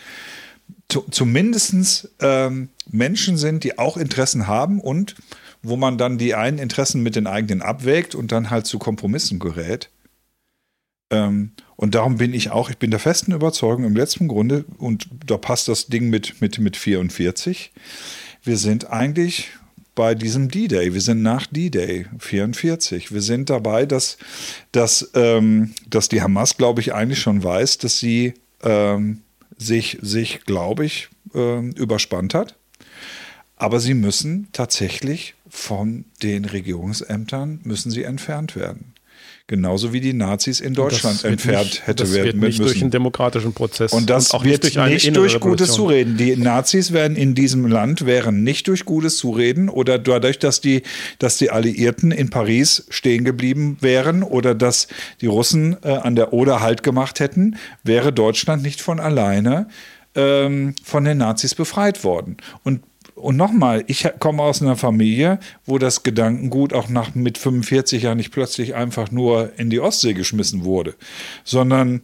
zumindest ähm, Menschen sind, die auch Interessen haben und wo man dann die einen Interessen mit den eigenen abwägt und dann halt zu Kompromissen gerät. Ähm, und darum bin ich auch, ich bin der festen Überzeugung im letzten Grunde, und da passt das Ding mit, mit, mit vierundvierzig, wir sind eigentlich bei diesem D-Day, wir sind nach D-Day vierundvierzig. Wir sind dabei, dass, dass, ähm, dass die Hamas, glaube ich, eigentlich schon weiß, dass sie ähm, sich, sich glaube ich, äh, überspannt hat. Aber sie müssen tatsächlich von den Regierungsämtern müssen sie entfernt werden. Genauso wie die Nazis in Deutschland entfernt nicht, hätte das werden wird nicht müssen. durch einen demokratischen Prozess. Und das und auch wird nicht durch, nicht durch gutes Zureden. Die Nazis werden in diesem Land wären nicht durch gutes Zureden oder dadurch, dass die, dass die Alliierten in Paris stehen geblieben wären oder dass die Russen äh, an der Oder Halt gemacht hätten, wäre Deutschland nicht von alleine ähm, von den Nazis befreit worden. Und Und nochmal, ich komme aus einer Familie, wo das Gedankengut auch nach mit fünfundvierzig ja nicht plötzlich einfach nur in die Ostsee geschmissen wurde, sondern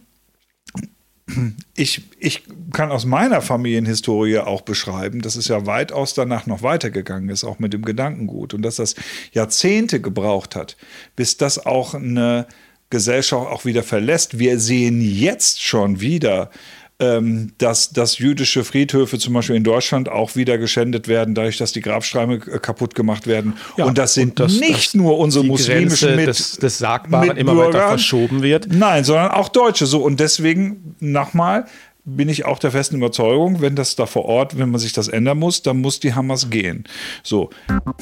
ich, ich kann aus meiner Familienhistorie auch beschreiben, dass es ja weitaus danach noch weitergegangen ist, auch mit dem Gedankengut, und dass das Jahrzehnte gebraucht hat, bis das auch eine Gesellschaft auch wieder verlässt. Wir sehen jetzt schon wieder ähm, dass, dass jüdische Friedhöfe zum Beispiel in Deutschland auch wieder geschändet werden, dadurch, dass die Grabsteine äh, kaputt gemacht werden. Ja, und das sind und das, nicht das, nur unsere die muslimischen Grenze mit, des, des Sagbaren immer Mitbürgern. weiter verschoben wird. Nein, sondern auch Deutsche. So, und deswegen, nochmal, bin ich auch der festen Überzeugung, wenn das da vor Ort, wenn man sich das ändern muss, dann muss die Hamas gehen. So.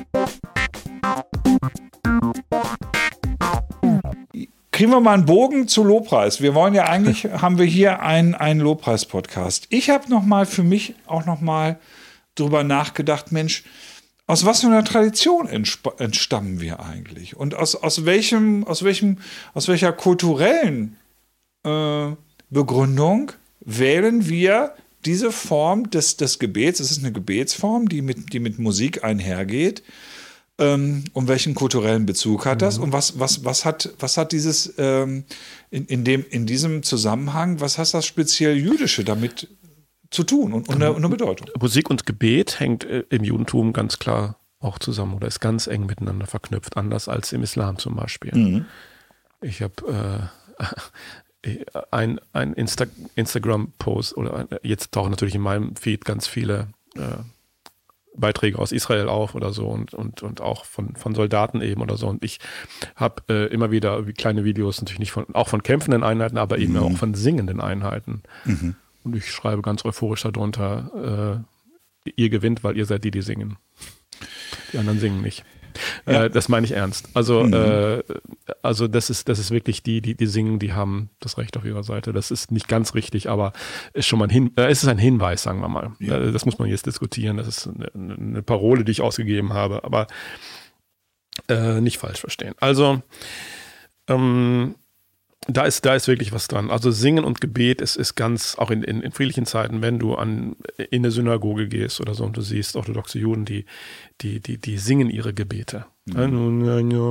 Kriegen wir mal einen Bogen zu Lobpreis. Wir wollen ja eigentlich, haben wir hier einen, einen Lobpreis-Podcast. Ich habe nochmal für mich auch nochmal drüber nachgedacht, Mensch, aus was für einer Tradition entstammen wir eigentlich? Und aus, aus welchem, aus welchem, aus welcher kulturellen äh, Begründung wählen wir diese Form des, des Gebets? Es ist eine Gebetsform, die mit, die mit Musik einhergeht. Ähm, um welchen kulturellen Bezug hat das? Mhm. Und was, was, was, hat, was hat dieses ähm, in, in, dem, in diesem Zusammenhang, was hat das speziell Jüdische damit zu tun und, und, eine, und eine Bedeutung? Musik und Gebet hängt äh, im Judentum ganz klar auch zusammen oder ist ganz eng miteinander verknüpft, anders als im Islam zum Beispiel. Mhm. Ich habe äh, ein, ein Insta Instagram-Post oder ein, jetzt tauchen natürlich in meinem Feed ganz viele äh, Beiträge aus Israel auf oder so und, und, und auch von, von Soldaten eben oder so. Und ich habe äh, immer wieder kleine Videos, natürlich nicht von, auch von kämpfenden Einheiten, aber eben mhm. auch von singenden Einheiten. Mhm. Und ich schreibe ganz euphorisch darunter, äh, ihr gewinnt, weil ihr seid die, die singen. Die anderen singen nicht. Ja. Äh, das meine ich ernst. Also, mhm. äh, also das ist, das ist wirklich die, die, die singen, die haben das Recht auf ihrer Seite. Das ist nicht ganz richtig, aber ist schon mal ein, Hin äh, es ist ein Hinweis, sagen wir mal. Ja. Äh, das muss man jetzt diskutieren. Das ist eine, eine Parole, die ich ausgegeben habe, aber äh, nicht falsch verstehen. Also ähm, Da ist, da ist wirklich was dran. Also Singen und Gebet ist, ist ganz, auch in, in, in friedlichen Zeiten, wenn du an, in eine Synagoge gehst oder so und du siehst orthodoxe Juden, die, die, die, die singen ihre Gebete. Mhm.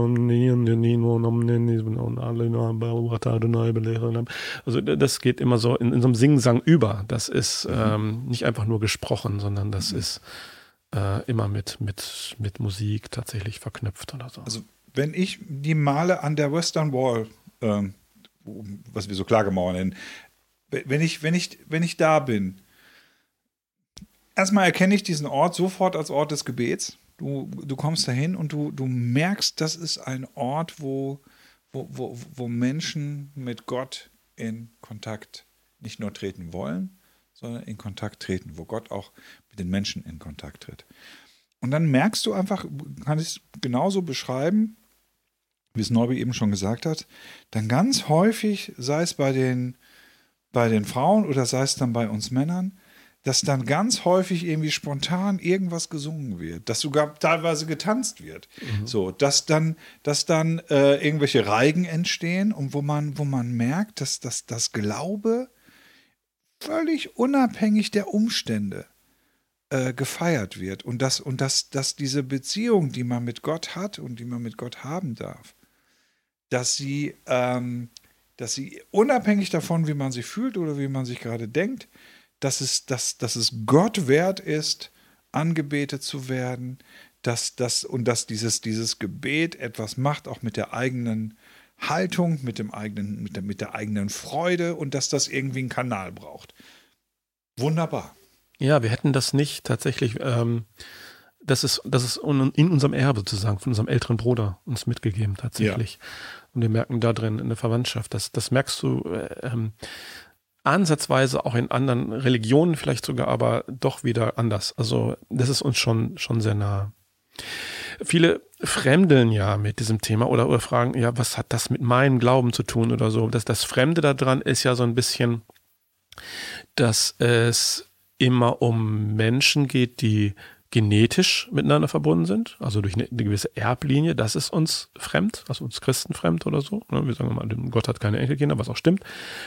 Also das geht immer so in, in so einem Singen-Sang über. Das ist mhm. ähm, nicht einfach nur gesprochen, sondern das mhm. ist äh, immer mit, mit, mit Musik tatsächlich verknüpft oder so. Also wenn ich die Male an der Western Wall ähm was wir so Klagemauern nennen, wenn ich, wenn ich, wenn ich da bin, erstmal erkenne ich diesen Ort sofort als Ort des Gebets. Du, du kommst dahin und du, du merkst, das ist ein Ort, wo, wo, wo, wo Menschen mit Gott in Kontakt nicht nur treten wollen, sondern in Kontakt treten, wo Gott auch mit den Menschen in Kontakt tritt. Und dann merkst du einfach, kann ich es genauso beschreiben, wie es Norbi eben schon gesagt hat, dann ganz häufig, sei es bei den, bei den Frauen oder sei es dann bei uns Männern, dass dann ganz häufig irgendwie spontan irgendwas gesungen wird, dass sogar teilweise getanzt wird. Mhm. So, dass dann, dass dann äh, irgendwelche Reigen entstehen und wo man, wo man merkt, dass das dass Glaube völlig unabhängig der Umstände äh, gefeiert wird und dass, und dass, dass diese Beziehung, die man mit Gott hat und die man mit Gott haben darf, dass sie, ähm, dass sie unabhängig davon, wie man sich fühlt oder wie man sich gerade denkt, dass es, dass, dass es Gott wert ist, angebetet zu werden, dass, dass, und dass dieses, dieses Gebet etwas macht, auch mit der eigenen Haltung, mit, dem eigenen, mit, der, mit der eigenen Freude und dass das irgendwie einen Kanal braucht. Wunderbar. Ja, wir hätten das nicht tatsächlich... Ähm Das ist, das ist in unserem Erbe sozusagen, von unserem älteren Bruder uns mitgegeben tatsächlich. Ja. Und wir merken da drin eine Verwandtschaft. Das, das merkst du äh, ähm, ansatzweise auch in anderen Religionen vielleicht sogar, aber doch wieder anders. Also das ist uns schon, schon sehr nah. Viele fremdeln ja mit diesem Thema oder, oder fragen, ja, was hat das mit meinem Glauben zu tun oder so. Das, das Fremde daran ist ja so ein bisschen, dass es immer um Menschen geht, die genetisch miteinander verbunden sind, also durch eine, eine gewisse Erblinie, das ist uns fremd, also uns Christen fremd oder so. Wir sagen mal, Gott hat keine Enkelkinder, was auch stimmt.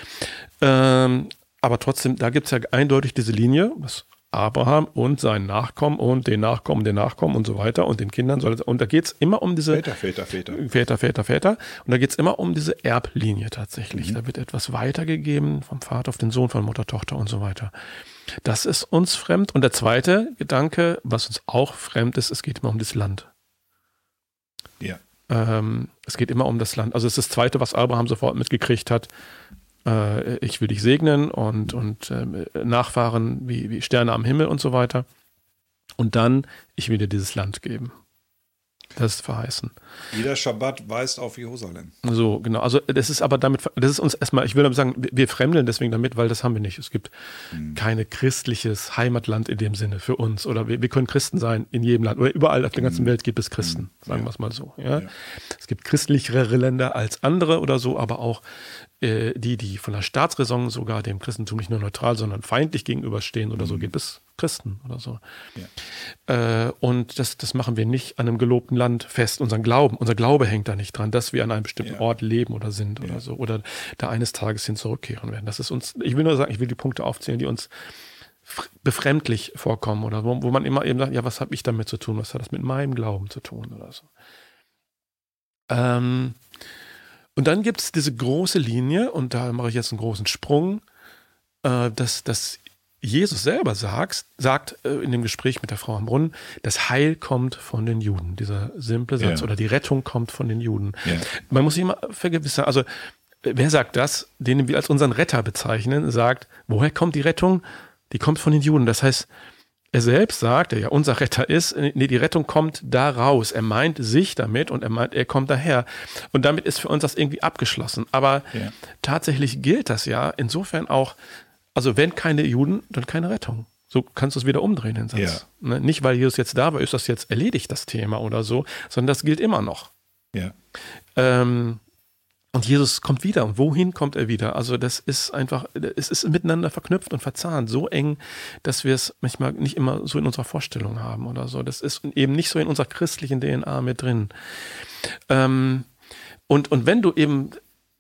Ähm, aber trotzdem, da gibt es ja eindeutig diese Linie, dass Abraham und sein Nachkommen und den Nachkommen, den Nachkommen und so weiter und den Kindern soll es, und da geht es immer um diese Väter, Väter, Väter. Väter, Väter, Väter. Und da geht es immer um diese Erblinie tatsächlich. Mhm. Da wird etwas weitergegeben vom Vater auf den Sohn, von Mutter, Tochter und so weiter. Das ist uns fremd. Und der zweite Gedanke, was uns auch fremd ist, es geht immer um das Land. Ja. Ähm, es geht immer um das Land. Also es ist das Zweite, was Abraham sofort mitgekriegt hat. äh, ich will dich segnen und, und äh, Nachfahren wie, wie Sterne am Himmel und so weiter. Und dann, ich will dir dieses Land geben. Das ist verheißen. Jeder Schabbat weist auf Jerusalem. So, genau. Also das ist aber damit, das ist uns erstmal, ich will damit sagen, wir fremdeln deswegen damit, weil das haben wir nicht. Es gibt mhm. kein christliches Heimatland in dem Sinne für uns. Oder wir, wir können Christen sein in jedem Land. Oder überall auf der ganzen mhm. Welt gibt es Christen, mhm. sagen ja. wir es mal so. Ja? Ja. Es gibt christlichere Länder als andere oder so, aber auch äh, die, die von der Staatsräson sogar dem Christentum nicht nur neutral, sondern feindlich gegenüberstehen oder mhm. so, gibt es Christen oder so. Ja. Äh, und das, das machen wir nicht an einem gelobten Land fest, unseren Glauben. Unser Glaube hängt da nicht dran, dass wir an einem bestimmten ja. Ort leben oder sind ja. oder so. Oder da eines Tages hin zurückkehren werden. Das ist uns, ich will nur sagen, ich will die Punkte aufzählen, die uns befremdlich vorkommen oder wo, wo man immer eben sagt, ja, was habe ich damit zu tun? Was hat das mit meinem Glauben zu tun oder so? Ähm, und dann gibt es diese große Linie, und da mache ich jetzt einen großen Sprung, äh, dass das Jesus selber sagt, sagt äh, in dem Gespräch mit der Frau am Brunnen, das Heil kommt von den Juden. Dieser simple Satz. Ja. Oder die Rettung kommt von den Juden. Ja. Man muss sich immer vergewissern, also wer sagt das, den wir als unseren Retter bezeichnen, sagt, woher kommt die Rettung? Die kommt von den Juden. Das heißt, er selbst sagt, der ja unser Retter ist, nee, die Rettung kommt da raus. Er meint sich damit und er meint, er kommt daher. Und damit ist für uns das irgendwie abgeschlossen. Aber ja. tatsächlich gilt das ja insofern auch, also wenn keine Juden, dann keine Rettung. So kannst du es wieder umdrehen, den Satz. Ja. Ne? Nicht, weil Jesus jetzt da war, ist das jetzt erledigt, das Thema oder so, sondern das gilt immer noch. Ja. Ähm, und Jesus kommt wieder. Und wohin kommt er wieder? Also das ist einfach, es ist miteinander verknüpft und verzahnt, so eng, dass wir es manchmal nicht immer so in unserer Vorstellung haben oder so. Das ist eben nicht so in unserer christlichen D N A mit drin. Ähm, und, und wenn du eben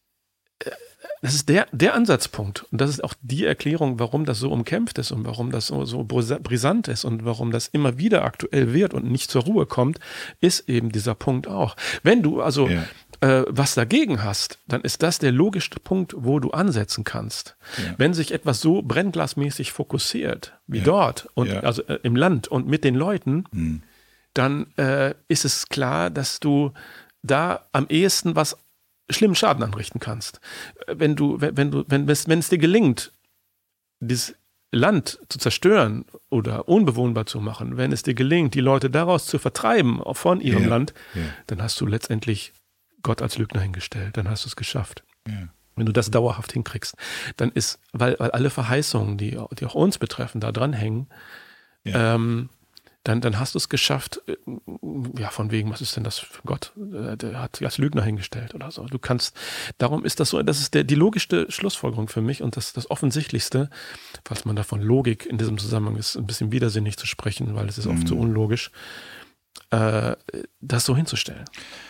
Das ist der, der Ansatzpunkt. Und das ist auch die Erklärung, warum das so umkämpft ist und warum das so, so brisant ist und warum das immer wieder aktuell wird und nicht zur Ruhe kommt, ist eben dieser Punkt auch. Wenn du also ja. äh, was dagegen hast, dann ist das der logischste Punkt, wo du ansetzen kannst. Ja. Wenn sich etwas so brennglasmäßig fokussiert wie ja. dort und ja. also äh, im Land und mit den Leuten, hm. dann äh, ist es klar, dass du da am ehesten was schlimmen Schaden anrichten kannst. Wenn du, wenn du, wenn es, wenn es dir gelingt, dieses Land zu zerstören oder unbewohnbar zu machen, wenn es dir gelingt, die Leute daraus zu vertreiben von ihrem ja, Land, ja. dann hast du letztendlich Gott als Lügner hingestellt. Dann hast du es geschafft. Ja. Wenn du das dauerhaft hinkriegst, dann ist, weil, weil alle Verheißungen, die, die auch uns betreffen, da dranhängen, ja. ähm, Dann, dann hast du es geschafft, ja, von wegen, was ist denn das für Gott? Der hat als Lügner hingestellt oder so. Du kannst, darum ist das so, das ist der, die logischste Schlussfolgerung für mich und das, das Offensichtlichste, falls man davon Logik in diesem Zusammenhang ist, ein bisschen widersinnig zu sprechen, weil es ist oft mhm. so unlogisch, äh, das so hinzustellen.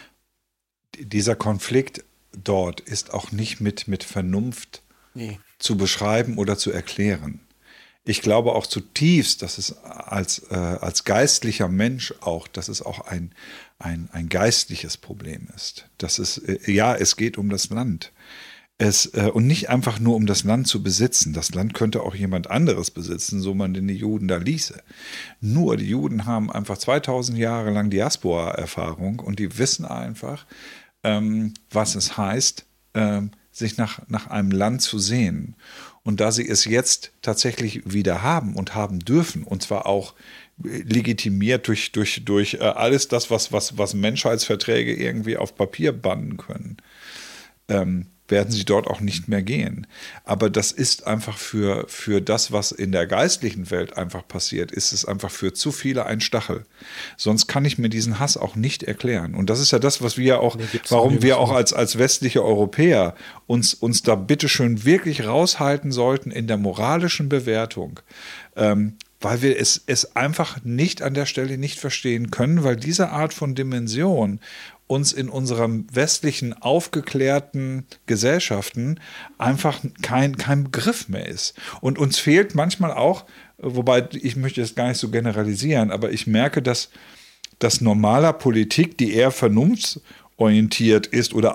Dieser Konflikt dort ist auch nicht mit, mit Vernunft nee. zu beschreiben oder zu erklären. Ich glaube auch zutiefst, dass es als, äh, als geistlicher Mensch auch, dass es auch ein, ein, ein geistliches Problem ist. Dass es, äh, ja, es geht um das Land. Es, äh, und nicht einfach nur um das Land zu besitzen. Das Land könnte auch jemand anderes besitzen, so man denn die Juden da ließe. Nur die Juden haben einfach zweitausend Jahre lang Diaspora-Erfahrung und die wissen einfach, ähm, was es heißt, ähm, sich nach, nach einem Land zu sehen. Und da sie es jetzt tatsächlich wieder haben und haben dürfen, und zwar auch legitimiert durch, durch, durch alles das, was, was, was Menschheitsverträge irgendwie auf Papier bannen können, ähm, werden sie dort auch nicht mehr gehen. Aber das ist einfach für, für das, was in der geistlichen Welt einfach passiert, ist es einfach für zu viele ein Stachel. Sonst kann ich mir diesen Hass auch nicht erklären. Und das ist ja das, was wir auch, nee, warum wir auch als, als westliche Europäer uns, uns da bitteschön wirklich raushalten sollten in der moralischen Bewertung. Ähm, weil wir es, es einfach nicht an der Stelle nicht verstehen können, weil diese Art von Dimension uns in unseren westlichen, aufgeklärten Gesellschaften einfach kein, kein Begriff mehr ist. Und uns fehlt manchmal auch, wobei ich möchte das gar nicht so generalisieren, aber ich merke, dass, dass normaler Politik, die eher vernunftsorientiert ist oder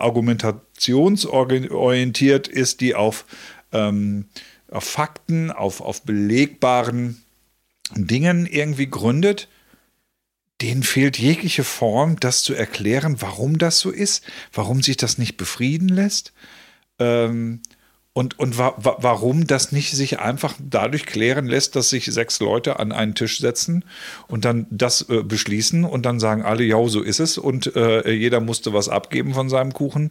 argumentationsorientiert ist, die auf, ähm, auf Fakten, auf, auf belegbaren Dingen irgendwie gründet, denen fehlt jegliche Form, das zu erklären, warum das so ist, warum sich das nicht befrieden lässt. Ähm, Und, und wa wa warum das nicht sich einfach dadurch klären lässt, dass sich sechs Leute an einen Tisch setzen und dann das äh, beschließen und dann sagen alle, ja, so ist es und äh, jeder musste was abgeben von seinem Kuchen.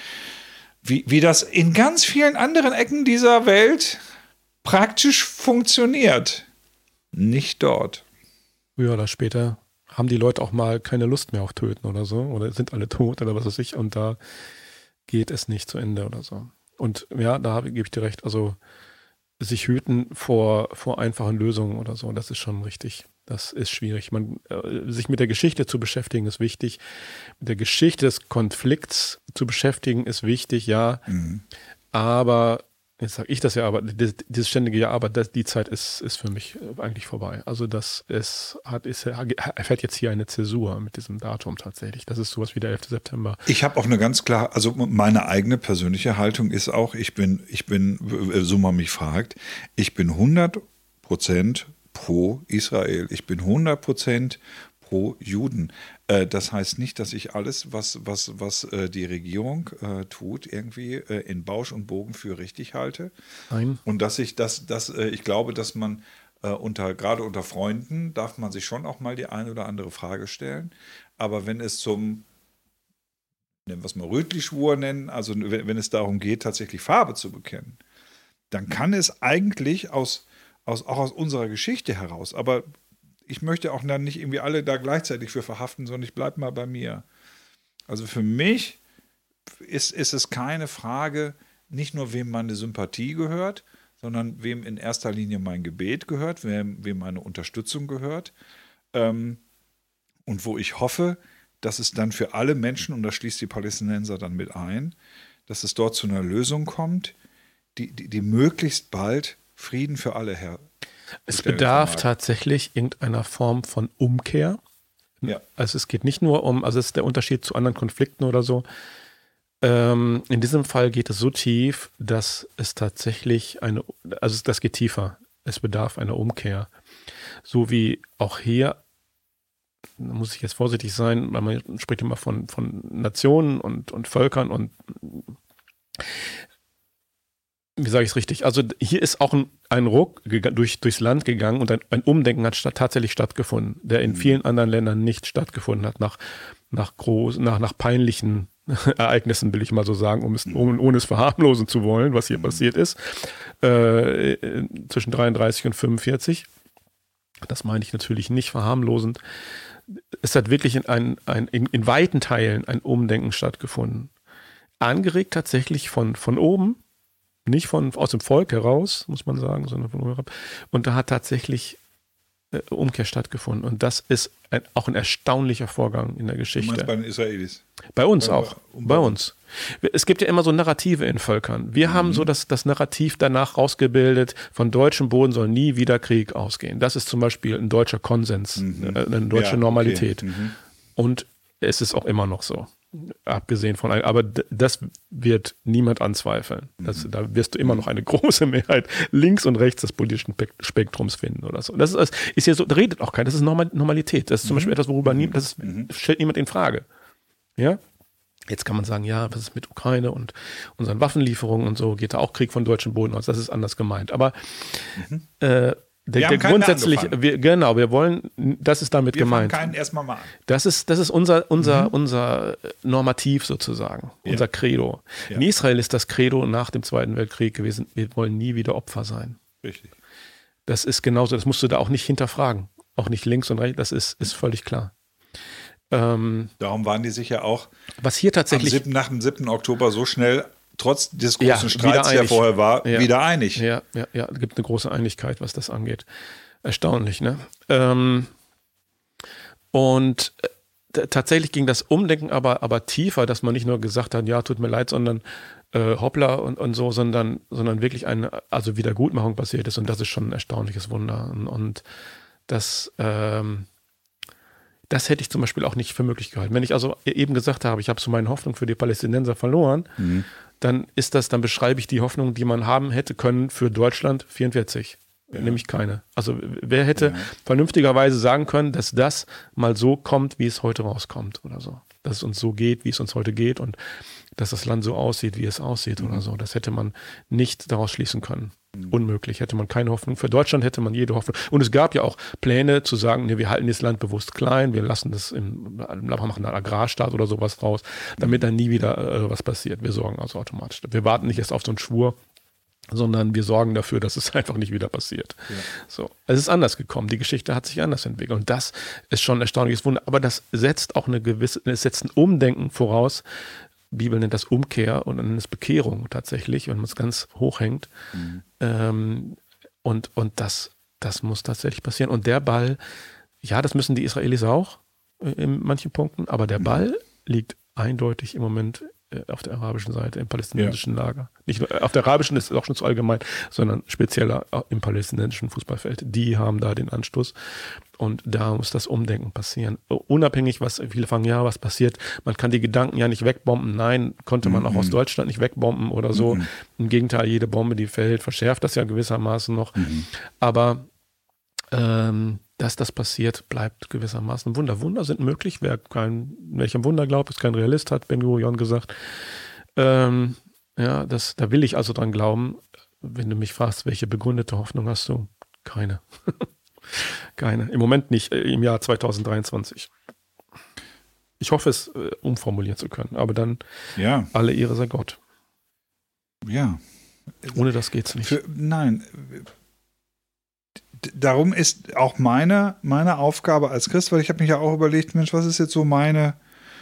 Wie, wie das in ganz vielen anderen Ecken dieser Welt praktisch funktioniert. Nicht dort. Früher oder später haben die Leute auch mal keine Lust mehr auf Töten oder so oder sind alle tot oder was weiß ich und da geht es nicht zu Ende oder so. Und ja, da gebe ich dir recht, also sich hüten vor, vor einfachen Lösungen oder so, das ist schon richtig. Das ist schwierig. Man, äh, sich mit der Geschichte zu beschäftigen ist wichtig. Mit der Geschichte des Konflikts zu beschäftigen ist wichtig, ja. Mhm. Aber, jetzt sage ich das ja, aber dieses, dieses ständige Ja, aber das, die Zeit ist, ist für mich eigentlich vorbei. Also das ist, hat, ist, erfährt jetzt hier eine Zäsur mit diesem Datum tatsächlich. Das ist sowas wie der elfte September. Ich habe auch eine ganz klar, also meine eigene persönliche Haltung ist auch, ich bin, ich bin, so man mich fragt, ich bin hundert Prozent pro Israel. Ich bin hundert Prozent pro Juden. Äh, das heißt nicht, dass ich alles, was, was, was äh, die Regierung äh, tut, irgendwie äh, in Bausch und Bogen für richtig halte. Nein. Und dass ich das, das, äh, ich glaube, dass man äh, unter, gerade unter Freunden darf man sich schon auch mal die eine oder andere Frage stellen. Aber wenn es zum, nennen wir es mal Rötli-Schwur nennen, also wenn, wenn es darum geht, tatsächlich Farbe zu bekennen, dann kann es eigentlich aus Aus, auch aus unserer Geschichte heraus. Aber ich möchte auch dann nicht irgendwie alle da gleichzeitig für verhaften, sondern ich bleibe mal bei mir. Also für mich ist, ist es keine Frage, nicht nur wem meine Sympathie gehört, sondern wem in erster Linie mein Gebet gehört, wem, wem meine Unterstützung gehört. Ähm, und wo ich hoffe, dass es dann für alle Menschen, und das schließt die Palästinenser dann mit ein, dass es dort zu einer Lösung kommt, die, die, die möglichst bald Frieden für alle her. Es bedarf tatsächlich irgendeiner Form von Umkehr. Ja. Also es geht nicht nur um, also es ist der Unterschied zu anderen Konflikten oder so. Ähm, in diesem Fall geht es so tief, dass es tatsächlich eine, also das geht tiefer. Es bedarf einer Umkehr. So wie auch hier, da muss ich jetzt vorsichtig sein, weil man spricht immer von, von Nationen und, und Völkern und wie sage ich es richtig? Also hier ist auch ein, ein Ruck durch, durchs Land gegangen und ein, ein Umdenken hat statt, tatsächlich stattgefunden, der in vielen anderen Ländern nicht stattgefunden hat, nach, nach, groß, nach, nach peinlichen Ereignissen, will ich mal so sagen, um es, um, ohne es verharmlosen zu wollen, was hier passiert ist, äh, zwischen dreiunddreißig und fünfundvierzig. Das meine ich natürlich nicht verharmlosend. Es hat wirklich in, ein, ein, in, in weiten Teilen ein Umdenken stattgefunden. Angeregt tatsächlich von, von oben, nicht von, aus dem Volk heraus, muss man sagen, sondern von oben herab. Und da hat tatsächlich äh, Umkehr stattgefunden. Und das ist ein, auch ein erstaunlicher Vorgang in der Geschichte. Du meinst bei den Israelis? Bei uns bei, auch. Um bei uns. Es gibt ja immer so Narrative in Völkern. Wir mhm. haben so das, das Narrativ danach rausgebildet, von deutschem Boden soll nie wieder Krieg ausgehen. Das ist zum Beispiel ein deutscher Konsens, mhm. äh, eine deutsche ja, Normalität. Okay. Mhm. Und es ist auch immer noch so. Abgesehen von, aber das wird niemand anzweifeln. Das, da wirst du immer noch eine große Mehrheit links und rechts des politischen Spektrums finden oder so. Das ist, ist ja so, da redet auch keiner. Das ist Normalität. Das ist zum Beispiel etwas, worüber nie, das ist, stellt niemand in Frage. Ja? Jetzt kann man sagen, ja, was ist mit Ukraine und unseren Waffenlieferungen und so, geht da auch Krieg von deutschem Boden aus. Das ist anders gemeint. Aber mhm. äh, Der, der grundsätzlich, wir, genau, wir wollen, das ist damit wir gemeint. Wir fangen keinen erstmal mal an. Das ist, das ist unser, unser, mhm. unser Normativ sozusagen, ja. unser Credo. Ja. In Israel ist das Credo nach dem Zweiten Weltkrieg gewesen, wir wollen nie wieder Opfer sein. Richtig. Das ist genauso, das musst du da auch nicht hinterfragen. Auch nicht links und rechts, das ist, ist völlig klar. Ähm, Darum waren die sich ja auch was hier tatsächlich, am siebten, nach dem siebten Oktober so schnell trotz des großen ja, Streits, der vorher war, ja. wieder einig. Ja, ja, ja, es gibt eine große Einigkeit, was das angeht. Erstaunlich, ne? Ähm, und äh, tatsächlich ging das Umdenken aber, aber tiefer, dass man nicht nur gesagt hat, ja, tut mir leid, sondern äh, hoppla und, und so, sondern, sondern wirklich eine also Wiedergutmachung passiert ist und das ist schon ein erstaunliches Wunder. Und, und das, ähm, das hätte ich zum Beispiel auch nicht für möglich gehalten. Wenn ich also eben gesagt habe, ich habe so meine Hoffnung für die Palästinenser verloren, mhm. dann ist das, dann beschreibe ich die Hoffnung, die man haben hätte können für Deutschland vierundvierzig. Ja. Nämlich keine. Also wer hätte ja. vernünftigerweise sagen können, dass das mal so kommt, wie es heute rauskommt oder so. Dass es uns so geht, wie es uns heute geht und dass das Land so aussieht, wie es aussieht mhm. oder so. Das hätte man nicht daraus schließen können. Mhm. Unmöglich. Hätte man keine Hoffnung. Für Deutschland hätte man jede Hoffnung. Und es gab ja auch Pläne zu sagen, nee, wir halten das Land bewusst klein, wir lassen das im, machen einen Agrarstaat oder sowas draus, damit dann nie wieder äh, was passiert. Wir sorgen also automatisch. Wir warten nicht erst auf so einen Schwur, sondern wir sorgen dafür, dass es einfach nicht wieder passiert. Ja. So. Es ist anders gekommen. Die Geschichte hat sich anders entwickelt. Und das ist schon ein erstaunliches Wunder. Aber das setzt auch eine gewisse, es setzt ein Umdenken voraus. Die Bibel nennt das Umkehr und dann nennt es Bekehrung tatsächlich, wenn man es ganz hoch hängt. Mhm. Ähm, und und das, das muss tatsächlich passieren. Und der Ball, ja, das müssen die Israelis auch äh, in manchen Punkten, aber der Ball mhm. liegt eindeutig im Moment auf der arabischen Seite, im palästinensischen ja. Lager. Nicht nur auf der arabischen, ist auch schon zu allgemein, sondern spezieller im palästinensischen Fußballfeld. Die haben da den Anstoß und da muss das Umdenken passieren. Unabhängig, was viele fragen, ja, was passiert, man kann die Gedanken ja nicht wegbomben. Nein, konnte man mhm. auch aus Deutschland nicht wegbomben oder so. Mhm. Im Gegenteil, jede Bombe, die fällt, verschärft das ja gewissermaßen noch. Mhm. Aber ähm, dass das passiert, bleibt gewissermaßen ein Wunder. Wunder sind möglich. Wer kein, welcher am Wunder glaubt, ist kein Realist, hat Ben-Gurion gesagt. Ähm, ja, das, da will ich also dran glauben. Wenn du mich fragst, welche begründete Hoffnung hast du? Keine. Keine. Im Moment nicht, im Jahr zwanzig dreiundzwanzig. Ich hoffe, es äh, umformulieren zu können, aber dann ja. alle Ehre sei Gott. Ja. Ohne das geht's nicht. Für, nein. Darum ist auch meine, meine Aufgabe als Christ, weil ich habe mich ja auch überlegt, Mensch, was ist jetzt so meine,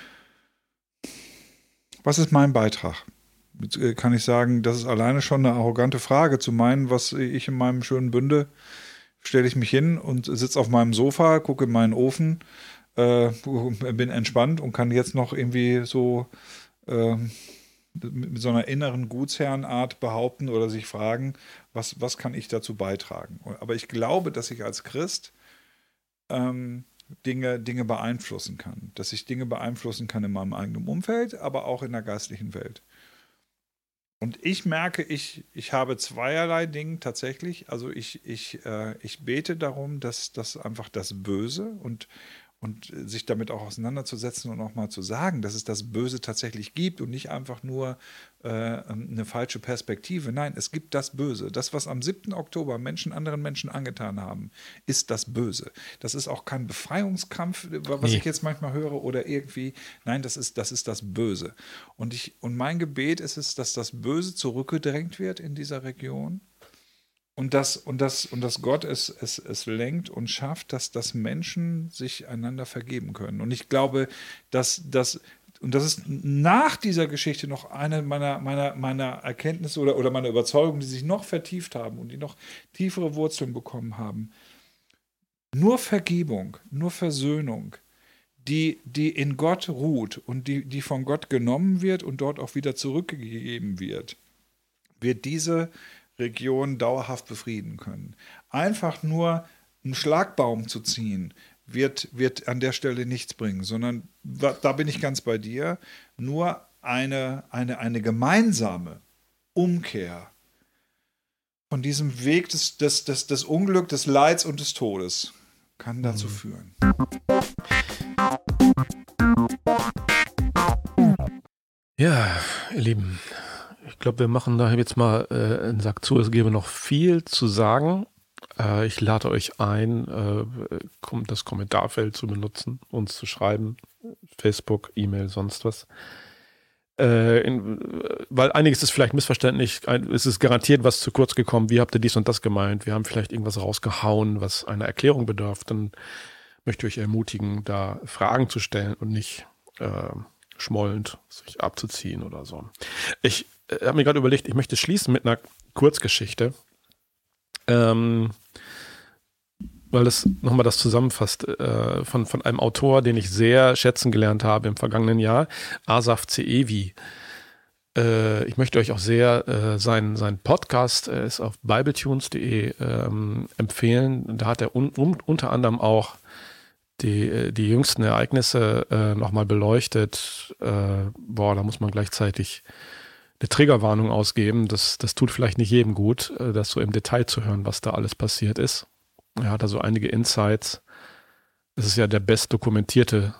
was ist mein Beitrag? Jetzt kann ich sagen, das ist alleine schon eine arrogante Frage zu meinen, was ich in meinem schönen Bünde, stelle ich mich hin und sitze auf meinem Sofa, gucke in meinen Ofen, äh, bin entspannt und kann jetzt noch irgendwie so äh, mit so einer inneren Gutsherrenart behaupten oder sich fragen, was, was kann ich dazu beitragen? Aber ich glaube, dass ich als Christ ähm, Dinge, Dinge beeinflussen kann. Dass ich Dinge beeinflussen kann in meinem eigenen Umfeld, aber auch in der geistlichen Welt. Und ich merke, ich, ich habe zweierlei Dinge tatsächlich. Also ich, ich, äh, ich bete darum, dass, dass einfach das Böse und Und sich damit auch auseinanderzusetzen und auch mal zu sagen, dass es das Böse tatsächlich gibt und nicht einfach nur äh, eine falsche Perspektive. Nein, es gibt das Böse. Das, was am siebten Oktober Menschen anderen Menschen angetan haben, ist das Böse. Das ist auch kein Befreiungskampf, was nee. ich jetzt manchmal höre, oder irgendwie. Nein, das ist das, ist das Böse. Und, ich, und mein Gebet ist es, dass das Böse zurückgedrängt wird in dieser Region. Und dass, und das, und das Gott es, es, es lenkt und schafft, dass, dass Menschen sich einander vergeben können. Und ich glaube, dass das, und das ist nach dieser Geschichte noch eine meiner, meiner, meiner Erkenntnisse oder, oder meiner Überzeugungen, die sich noch vertieft haben und die noch tiefere Wurzeln bekommen haben. Nur Vergebung, nur Versöhnung, die, die in Gott ruht und die, die von Gott genommen wird und dort auch wieder zurückgegeben wird, wird diese Region dauerhaft befrieden können. Einfach nur einen Schlagbaum zu ziehen, wird, wird an der Stelle nichts bringen, sondern da bin ich ganz bei dir, nur eine, eine, eine gemeinsame Umkehr von diesem Weg des, des, des, des Unglücks, des Leids und des Todes kann dazu mhm. führen. Ja, ihr Lieben, ich glaube, wir machen da jetzt mal äh, einen Sack zu. Es gäbe noch viel zu sagen. Äh, ich lade euch ein, äh, das Kommentarfeld zu benutzen, uns zu schreiben. Facebook, E-Mail, sonst was. Äh, in, weil einiges ist vielleicht missverständlich. Es ist garantiert was zu kurz gekommen. Wie habt ihr dies und das gemeint? Wir haben vielleicht irgendwas rausgehauen, was einer Erklärung bedarf. Dann möchte ich euch ermutigen, da Fragen zu stellen und nicht äh, schmollend sich abzuziehen oder so. Ich Ich habe mir gerade überlegt, ich möchte schließen mit einer Kurzgeschichte, ähm, weil es nochmal das zusammenfasst, äh, von, von einem Autor, den ich sehr schätzen gelernt habe im vergangenen Jahr, Asaf Ze'evi. Äh, ich möchte euch auch sehr äh, seinen, seinen Podcast, er ist auf bibletunes punkt de, ähm, empfehlen. Da hat er un, un, unter anderem auch die, die jüngsten Ereignisse äh, nochmal beleuchtet. Äh, boah, da muss man gleichzeitig eine Triggerwarnung ausgeben. Das, das tut vielleicht nicht jedem gut, das so im Detail zu hören, was da alles passiert ist. Er hat also einige Insights. Es ist ja der best dokumentierte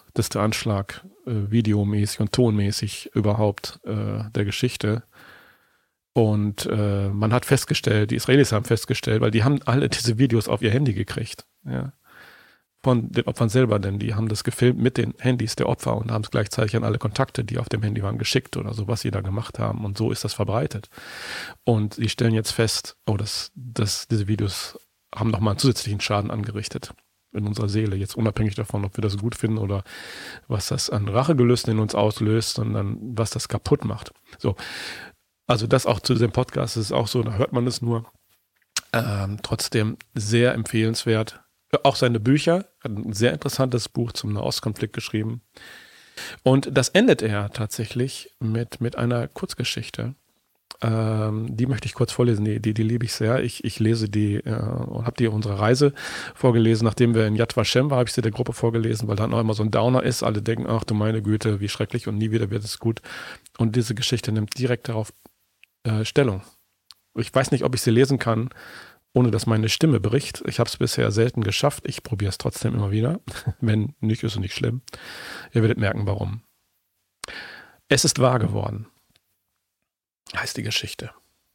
bekannteste Anschlag äh, videomäßig und tonmäßig überhaupt äh, der Geschichte. Und äh, man hat festgestellt, die Israelis haben festgestellt, weil die haben alle diese Videos auf ihr Handy gekriegt. Ja. Von den Opfern selber, denn die haben das gefilmt mit den Handys der Opfer und haben es gleichzeitig an alle Kontakte, die auf dem Handy waren, geschickt oder so, was sie da gemacht haben. Und so ist das verbreitet. Und sie stellen jetzt fest, oh, das, das, diese Videos haben nochmal einen zusätzlichen Schaden angerichtet in unserer Seele. Jetzt unabhängig davon, ob wir das gut finden oder was das an Rachegelüsten in uns auslöst, sondern was das kaputt macht. So, also das auch zu diesem Podcast ist auch so, da hört man es nur. Ähm, trotzdem sehr empfehlenswert. Auch seine Bücher, hat ein sehr interessantes Buch zum Nahostkonflikt geschrieben. Und das endet er tatsächlich mit, mit einer Kurzgeschichte. Ähm, die möchte ich kurz vorlesen, die, die, die liebe ich sehr. Ich, ich lese die äh, und habe die unsere Reise vorgelesen. Nachdem wir in Yad Vashem waren, habe ich sie der Gruppe vorgelesen, weil dann auch immer so ein Downer ist. Alle denken, ach du meine Güte, wie schrecklich und nie wieder wird es gut. Und diese Geschichte nimmt direkt darauf äh, Stellung. Ich weiß nicht, ob ich sie lesen kann, ohne dass meine Stimme bricht. Ich habe es bisher selten geschafft. Ich probiere es trotzdem immer wieder. Wenn nicht, ist es nicht schlimm. Ihr werdet merken, warum. Es ist wahr geworden, heißt die Geschichte.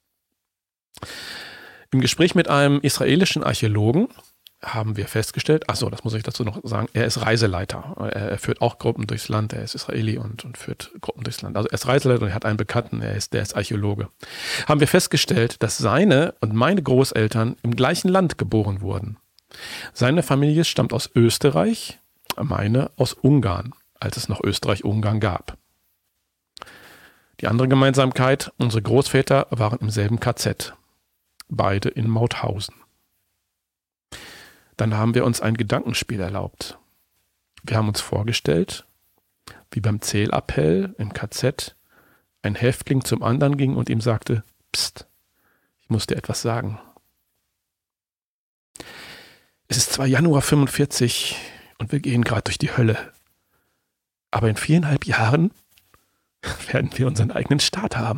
Im Gespräch mit einem israelischen Archäologen haben wir festgestellt, achso, das muss ich dazu noch sagen, er ist Reiseleiter. Er, er führt auch Gruppen durchs Land, er ist Israeli und, und führt Gruppen durchs Land. Also er ist Reiseleiter und er hat einen Bekannten, er ist, der ist Archäologe. Haben wir festgestellt, dass seine und meine Großeltern im gleichen Land geboren wurden. Seine Familie stammt aus Österreich, meine aus Ungarn, als es noch Österreich-Ungarn gab. Die andere Gemeinsamkeit, unsere Großväter waren im selben K Z, beide in Mauthausen. Dann haben wir uns ein Gedankenspiel erlaubt. Wir haben uns vorgestellt, wie beim Zählappell im K Z ein Häftling zum anderen ging und ihm sagte, Psst, ich muss dir etwas sagen. Es ist zwar Januar fünfundvierzig und wir gehen gerade durch die Hölle, aber in viereinhalb Jahren werden wir unseren eigenen Staat haben.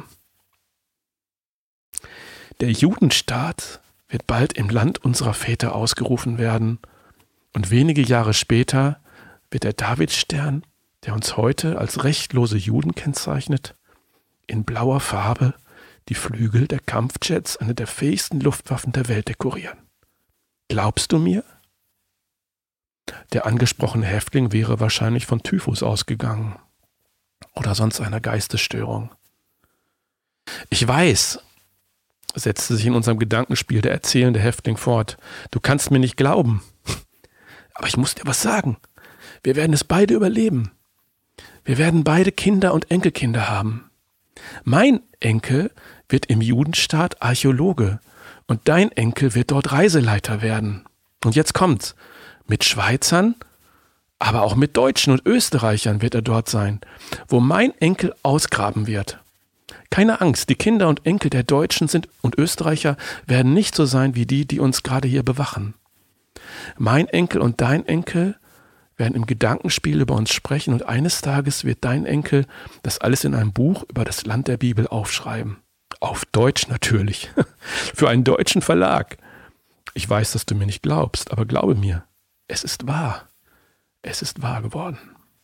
Der Judenstaat wird bald im Land unserer Väter ausgerufen werden und wenige Jahre später wird der Davidstern, der uns heute als rechtlose Juden kennzeichnet, in blauer Farbe die Flügel der Kampfjets, eine der fähigsten Luftwaffen der Welt, dekorieren. Glaubst du mir? Der angesprochene Häftling wäre wahrscheinlich von Typhus ausgegangen oder sonst einer Geistesstörung. Ich weiß, setzte sich in unserem Gedankenspiel der erzählende Häftling fort. Du kannst mir nicht glauben. Aber ich muss dir was sagen. Wir werden es beide überleben. Wir werden beide Kinder und Enkelkinder haben. Mein Enkel wird im Judenstaat Archäologe und dein Enkel wird dort Reiseleiter werden. Und jetzt kommt's. Mit Schweizern, aber auch mit Deutschen und Österreichern wird er dort sein, wo mein Enkel ausgraben wird. Keine Angst, die Kinder und Enkel der Deutschen sind und Österreicher werden nicht so sein wie die, die uns gerade hier bewachen. Mein Enkel und dein Enkel werden im Gedankenspiel über uns sprechen und eines Tages wird dein Enkel das alles in einem Buch über das Land der Bibel aufschreiben. Auf Deutsch natürlich. Für einen deutschen Verlag. Ich weiß, dass du mir nicht glaubst, aber glaube mir, es ist wahr. Es ist wahr geworden.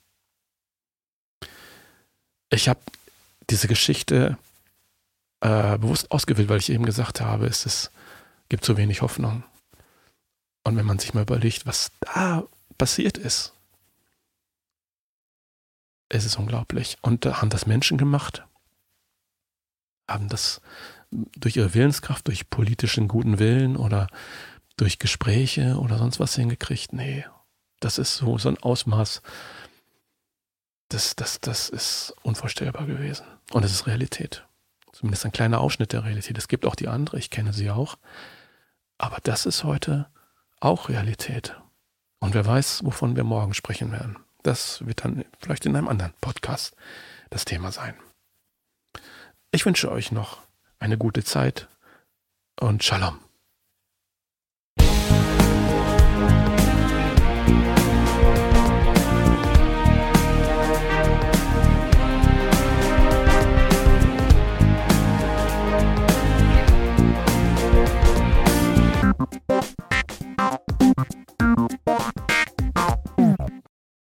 Ich habe diese Geschichte äh, bewusst ausgewählt, weil ich eben gesagt habe, es ist, gibt so wenig Hoffnung. Und wenn man sich mal überlegt, was da passiert ist, es ist unglaublich. Und da haben das Menschen gemacht, haben das durch ihre Willenskraft, durch politischen guten Willen oder durch Gespräche oder sonst was hingekriegt. Nee, das ist so, so ein Ausmaß, Das, das, das ist unvorstellbar gewesen. Und es ist Realität. Zumindest ein kleiner Ausschnitt der Realität. Es gibt auch die andere, ich kenne sie auch. Aber das ist heute auch Realität. Und wer weiß, wovon wir morgen sprechen werden. Das wird dann vielleicht in einem anderen Podcast das Thema sein. Ich wünsche euch noch eine gute Zeit und Shalom.